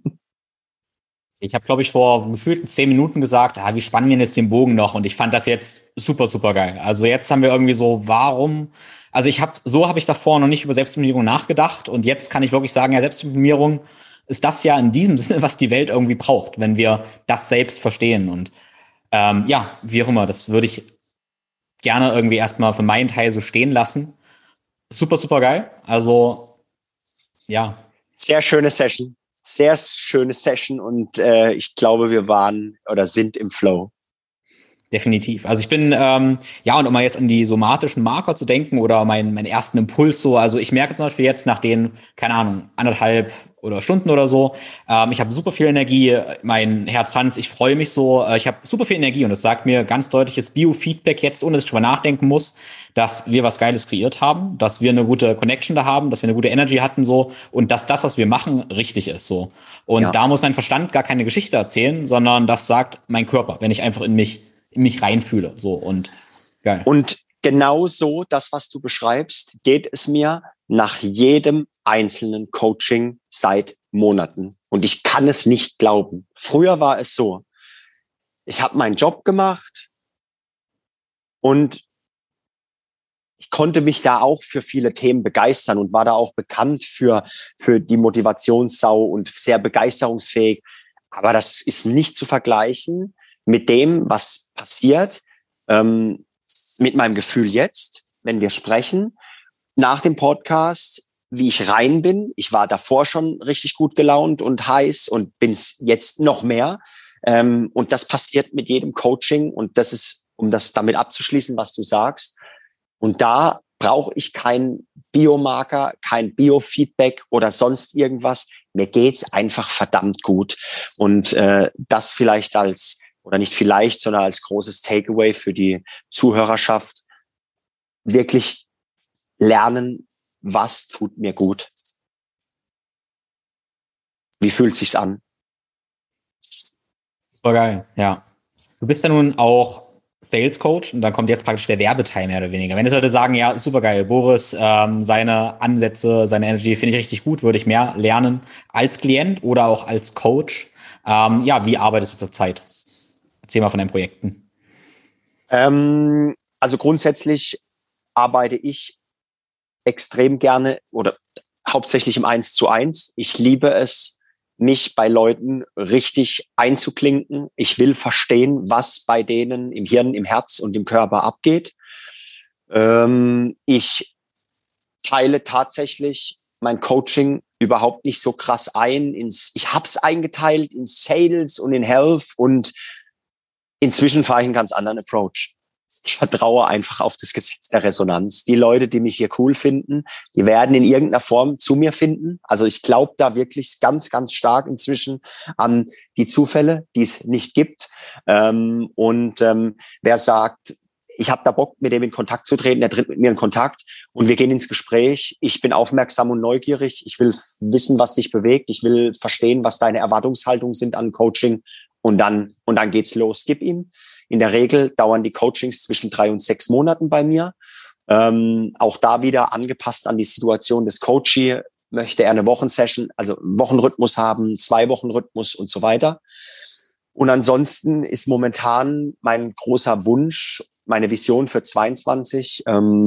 Ich habe, glaube ich, vor gefühlten 10 Minuten gesagt, wie spannen wir jetzt den Bogen noch? Und ich fand das jetzt super, super geil. Also jetzt haben wir irgendwie so, also habe ich davor noch nicht über Selbstoptimierung nachgedacht. Und jetzt kann ich wirklich sagen, ja, Selbstoptimierung ist das ja in diesem Sinne, was die Welt irgendwie braucht, wenn wir das selbst verstehen. Und wie auch immer, das würde ich gerne irgendwie erstmal für meinen Teil so stehen lassen. Super, super geil. Also, ja. Sehr schöne Session. Sehr schöne Session und ich glaube, wir waren oder sind im Flow. Definitiv. Also ich bin, und um mal jetzt an die somatischen Marker zu denken oder meinen ersten Impuls so, also ich merke zum Beispiel jetzt nach den, keine Ahnung, 1,5 oder Stunden oder so, ich habe super viel Energie, mein Herz tanzt, ich freue mich so, ich habe super viel Energie und es sagt mir ganz deutliches Biofeedback jetzt, ohne dass ich drüber nachdenken muss, dass wir was Geiles kreiert haben, dass wir eine gute Connection da haben, dass wir eine gute Energy hatten so und dass das, was wir machen, richtig ist so. Und da muss mein Verstand gar keine Geschichte erzählen, sondern das sagt mein Körper, wenn ich einfach in mich reinfühle. So und geil. Und genau so, das, was du beschreibst, geht es mir nach jedem einzelnen Coaching seit Monaten. Und ich kann es nicht glauben. Früher war es so, ich habe meinen Job gemacht, Und ich konnte mich da auch für viele Themen begeistern und war da auch bekannt für die Motivationssau und sehr begeisterungsfähig. Aber das ist nicht zu vergleichen mit dem, was passiert, mit meinem Gefühl jetzt, wenn wir sprechen, nach dem Podcast, wie ich rein bin. Ich war davor schon richtig gut gelaunt und heiß und bin es jetzt noch mehr. Und das passiert mit jedem Coaching. Und das ist, um das damit abzuschließen, was du sagst. Und da brauche ich keinen Biomarker, kein Biofeedback oder sonst irgendwas. Mir geht's einfach verdammt gut. Und das vielleicht oder nicht vielleicht, sondern als großes Takeaway für die Zuhörerschaft, wirklich lernen, was tut mir gut. Wie fühlt sich's an? Super geil, ja. Du bist ja nun auch Sales Coach und dann kommt jetzt praktisch der Werbeteil mehr oder weniger. Wenn jetzt Leute sagen, ja, super geil, Boris, seine Ansätze, seine Energy finde ich richtig gut, würde ich mehr lernen als Klient oder auch als Coach. Ja, wie arbeitest du zurzeit? Erzähl mal von deinen Projekten. Also grundsätzlich arbeite ich extrem gerne oder hauptsächlich im 1:1. Ich liebe es, mich bei Leuten richtig einzuklinken. Ich will verstehen, was bei denen im Hirn, im Herz und im Körper abgeht. Ich teile tatsächlich mein Coaching überhaupt nicht so krass ein. Ich habe es eingeteilt in Sales und in Health und inzwischen fahre ich einen ganz anderen Approach. Ich vertraue einfach auf das Gesetz der Resonanz. Die Leute, die mich hier cool finden, die werden in irgendeiner Form zu mir finden. Also ich glaube da wirklich ganz, ganz stark inzwischen an die Zufälle, die es nicht gibt. Wer sagt, ich habe da Bock, mit dem in Kontakt zu treten, der tritt mit mir in Kontakt und wir gehen ins Gespräch. Ich bin aufmerksam und neugierig. Ich will wissen, was dich bewegt. Ich will verstehen, was deine Erwartungshaltungen sind an Coaching. Und dann geht's los. Gib ihm. In der Regel dauern die Coachings zwischen 3 und 6 Monaten bei mir. Auch da wieder angepasst an die Situation des Coachee. Möchte er eine Wochensession, also einen Wochenrhythmus haben, 2-Wochen-Rhythmus und so weiter. Und ansonsten ist momentan mein großer Wunsch, meine Vision für 22.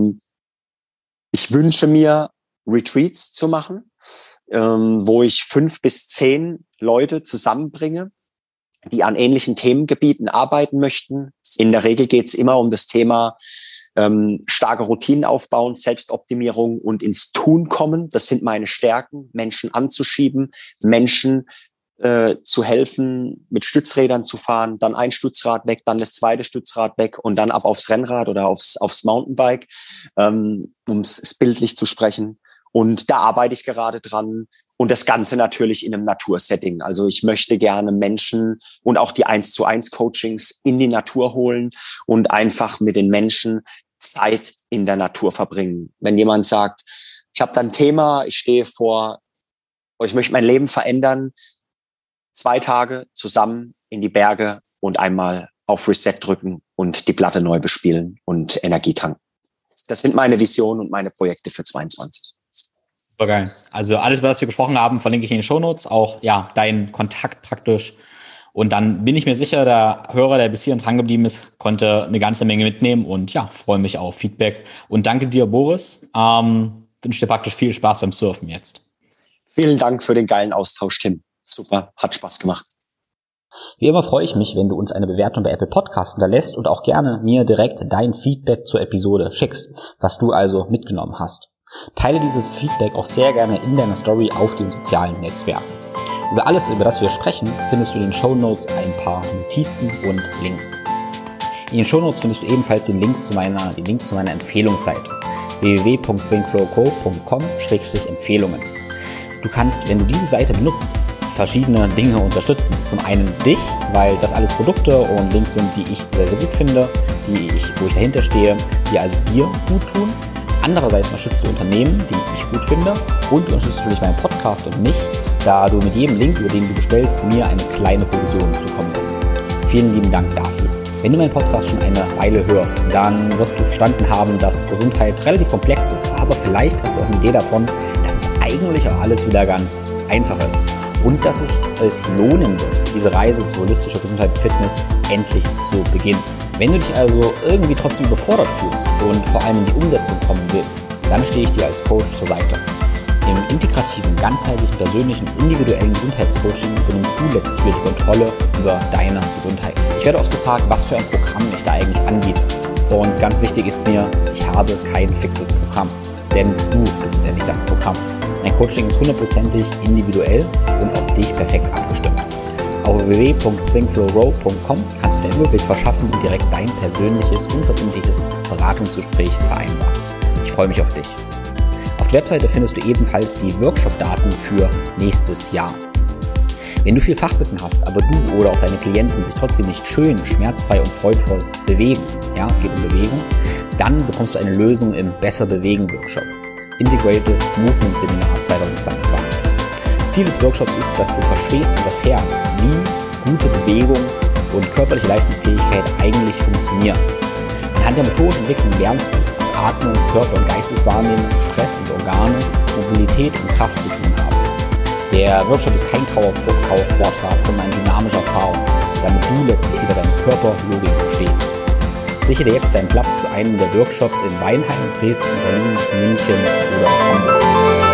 Ich wünsche mir, Retreats zu machen, wo ich 5 bis 10 Leute zusammenbringe, die an ähnlichen Themengebieten arbeiten möchten. In der Regel geht es immer um das Thema starke Routinen aufbauen, Selbstoptimierung und ins Tun kommen. Das sind meine Stärken, Menschen anzuschieben, Menschen zu helfen, mit Stützrädern zu fahren, dann ein Stützrad weg, dann das zweite Stützrad weg und dann ab aufs Rennrad oder aufs Mountainbike, um es bildlich zu sprechen. Und da arbeite ich gerade dran. Und das Ganze natürlich in einem Natursetting. Also ich möchte gerne Menschen und auch die 1:1 Coachings in die Natur holen und einfach mit den Menschen Zeit in der Natur verbringen. Wenn jemand sagt, ich habe da ein Thema, ich stehe vor, oder ich möchte mein Leben verändern, 2 Tage zusammen in die Berge und einmal auf Reset drücken und die Platte neu bespielen und Energie tanken. Das sind meine Visionen und meine Projekte für 22. Super geil. Also alles, über das wir gesprochen haben, verlinke ich in den Shownotes, auch ja deinen Kontakt praktisch. Und dann bin ich mir sicher, der Hörer, der bis hierhin dran geblieben ist, konnte eine ganze Menge mitnehmen und ja, freue mich auf Feedback. Und danke dir, Boris. Wünsche dir praktisch viel Spaß beim Surfen jetzt. Vielen Dank für den geilen Austausch, Tim. Super, hat Spaß gemacht. Wie immer freue ich mich, wenn du uns eine Bewertung bei Apple Podcasts hinterlässt und auch gerne mir direkt dein Feedback zur Episode schickst, was du also mitgenommen hast. Teile dieses Feedback auch sehr gerne in deiner Story auf den sozialen Netzwerken. Über alles, über das wir sprechen, findest du in den Shownotes ein paar Notizen und Links. In den Shownotes findest du ebenfalls den Link zu meiner Empfehlungsseite www.thinkflowco.com/Empfehlungen. Du kannst, wenn du diese Seite benutzt, verschiedene Dinge unterstützen. Zum einen dich, weil das alles Produkte und Links sind, die ich sehr, sehr gut finde, wo ich dahinter stehe, die also dir gut tun. Andererseits unterstützt du Unternehmen, die ich gut finde, und du unterstützt natürlich meinen Podcast und mich, da du mit jedem Link, über den du bestellst, mir eine kleine Provision zukommen lässt. Vielen lieben Dank dafür. Wenn du meinen Podcast schon eine Weile hörst, dann wirst du verstanden haben, dass Gesundheit relativ komplex ist, aber vielleicht hast du auch eine Idee davon, dass es eigentlich auch alles wieder ganz einfach ist. und dass es lohnen wird, diese Reise zu holistischer Gesundheit und Fitness endlich zu beginnen. Wenn du dich also irgendwie trotzdem überfordert fühlst und vor allem in die Umsetzung kommen willst, dann stehe ich dir als Coach zur Seite. Im integrativen, ganzheitlichen, persönlichen, individuellen Gesundheitscoaching übernimmst du letztlich wieder die Kontrolle über deine Gesundheit. Ich werde oft gefragt, was für ein Programm ich da eigentlich anbiete. Und ganz wichtig ist mir, ich habe kein fixes Programm, denn du bist letztendlich das Programm. Mein Coaching ist 100% individuell und auf dich perfekt abgestimmt. Auf www.thinkflowgrow.com kannst du dir einen Überblick verschaffen und direkt dein persönliches, unverbindliches Beratungsgespräch vereinbaren. Ich freue mich auf dich. Auf der Webseite findest du ebenfalls die Workshop-Daten für nächstes Jahr. Wenn du viel Fachwissen hast, aber du oder auch deine Klienten sich trotzdem nicht schön, schmerzfrei und freudvoll bewegen, ja, es geht um Bewegung, dann bekommst du eine Lösung im Besser Bewegen Workshop. Integrative Movement Seminar 2022. Ziel des Workshops ist, dass du verstehst und erfährst, wie gute Bewegung und körperliche Leistungsfähigkeit eigentlich funktionieren. Anhand der motorischen Entwicklung lernst du, was Atmung, Körper- und Geisteswahrnehmung, Stress und Organe, Mobilität und Kraft zu tun haben. Der Workshop ist kein Power-Vortrag, sondern eine dynamische Erfahrung, damit du letztlich wieder deine Körperlogik verstehst. Sichere dir jetzt deinen Platz zu einem der Workshops in Weinheim, Dresden, Berlin, München oder Hamburg.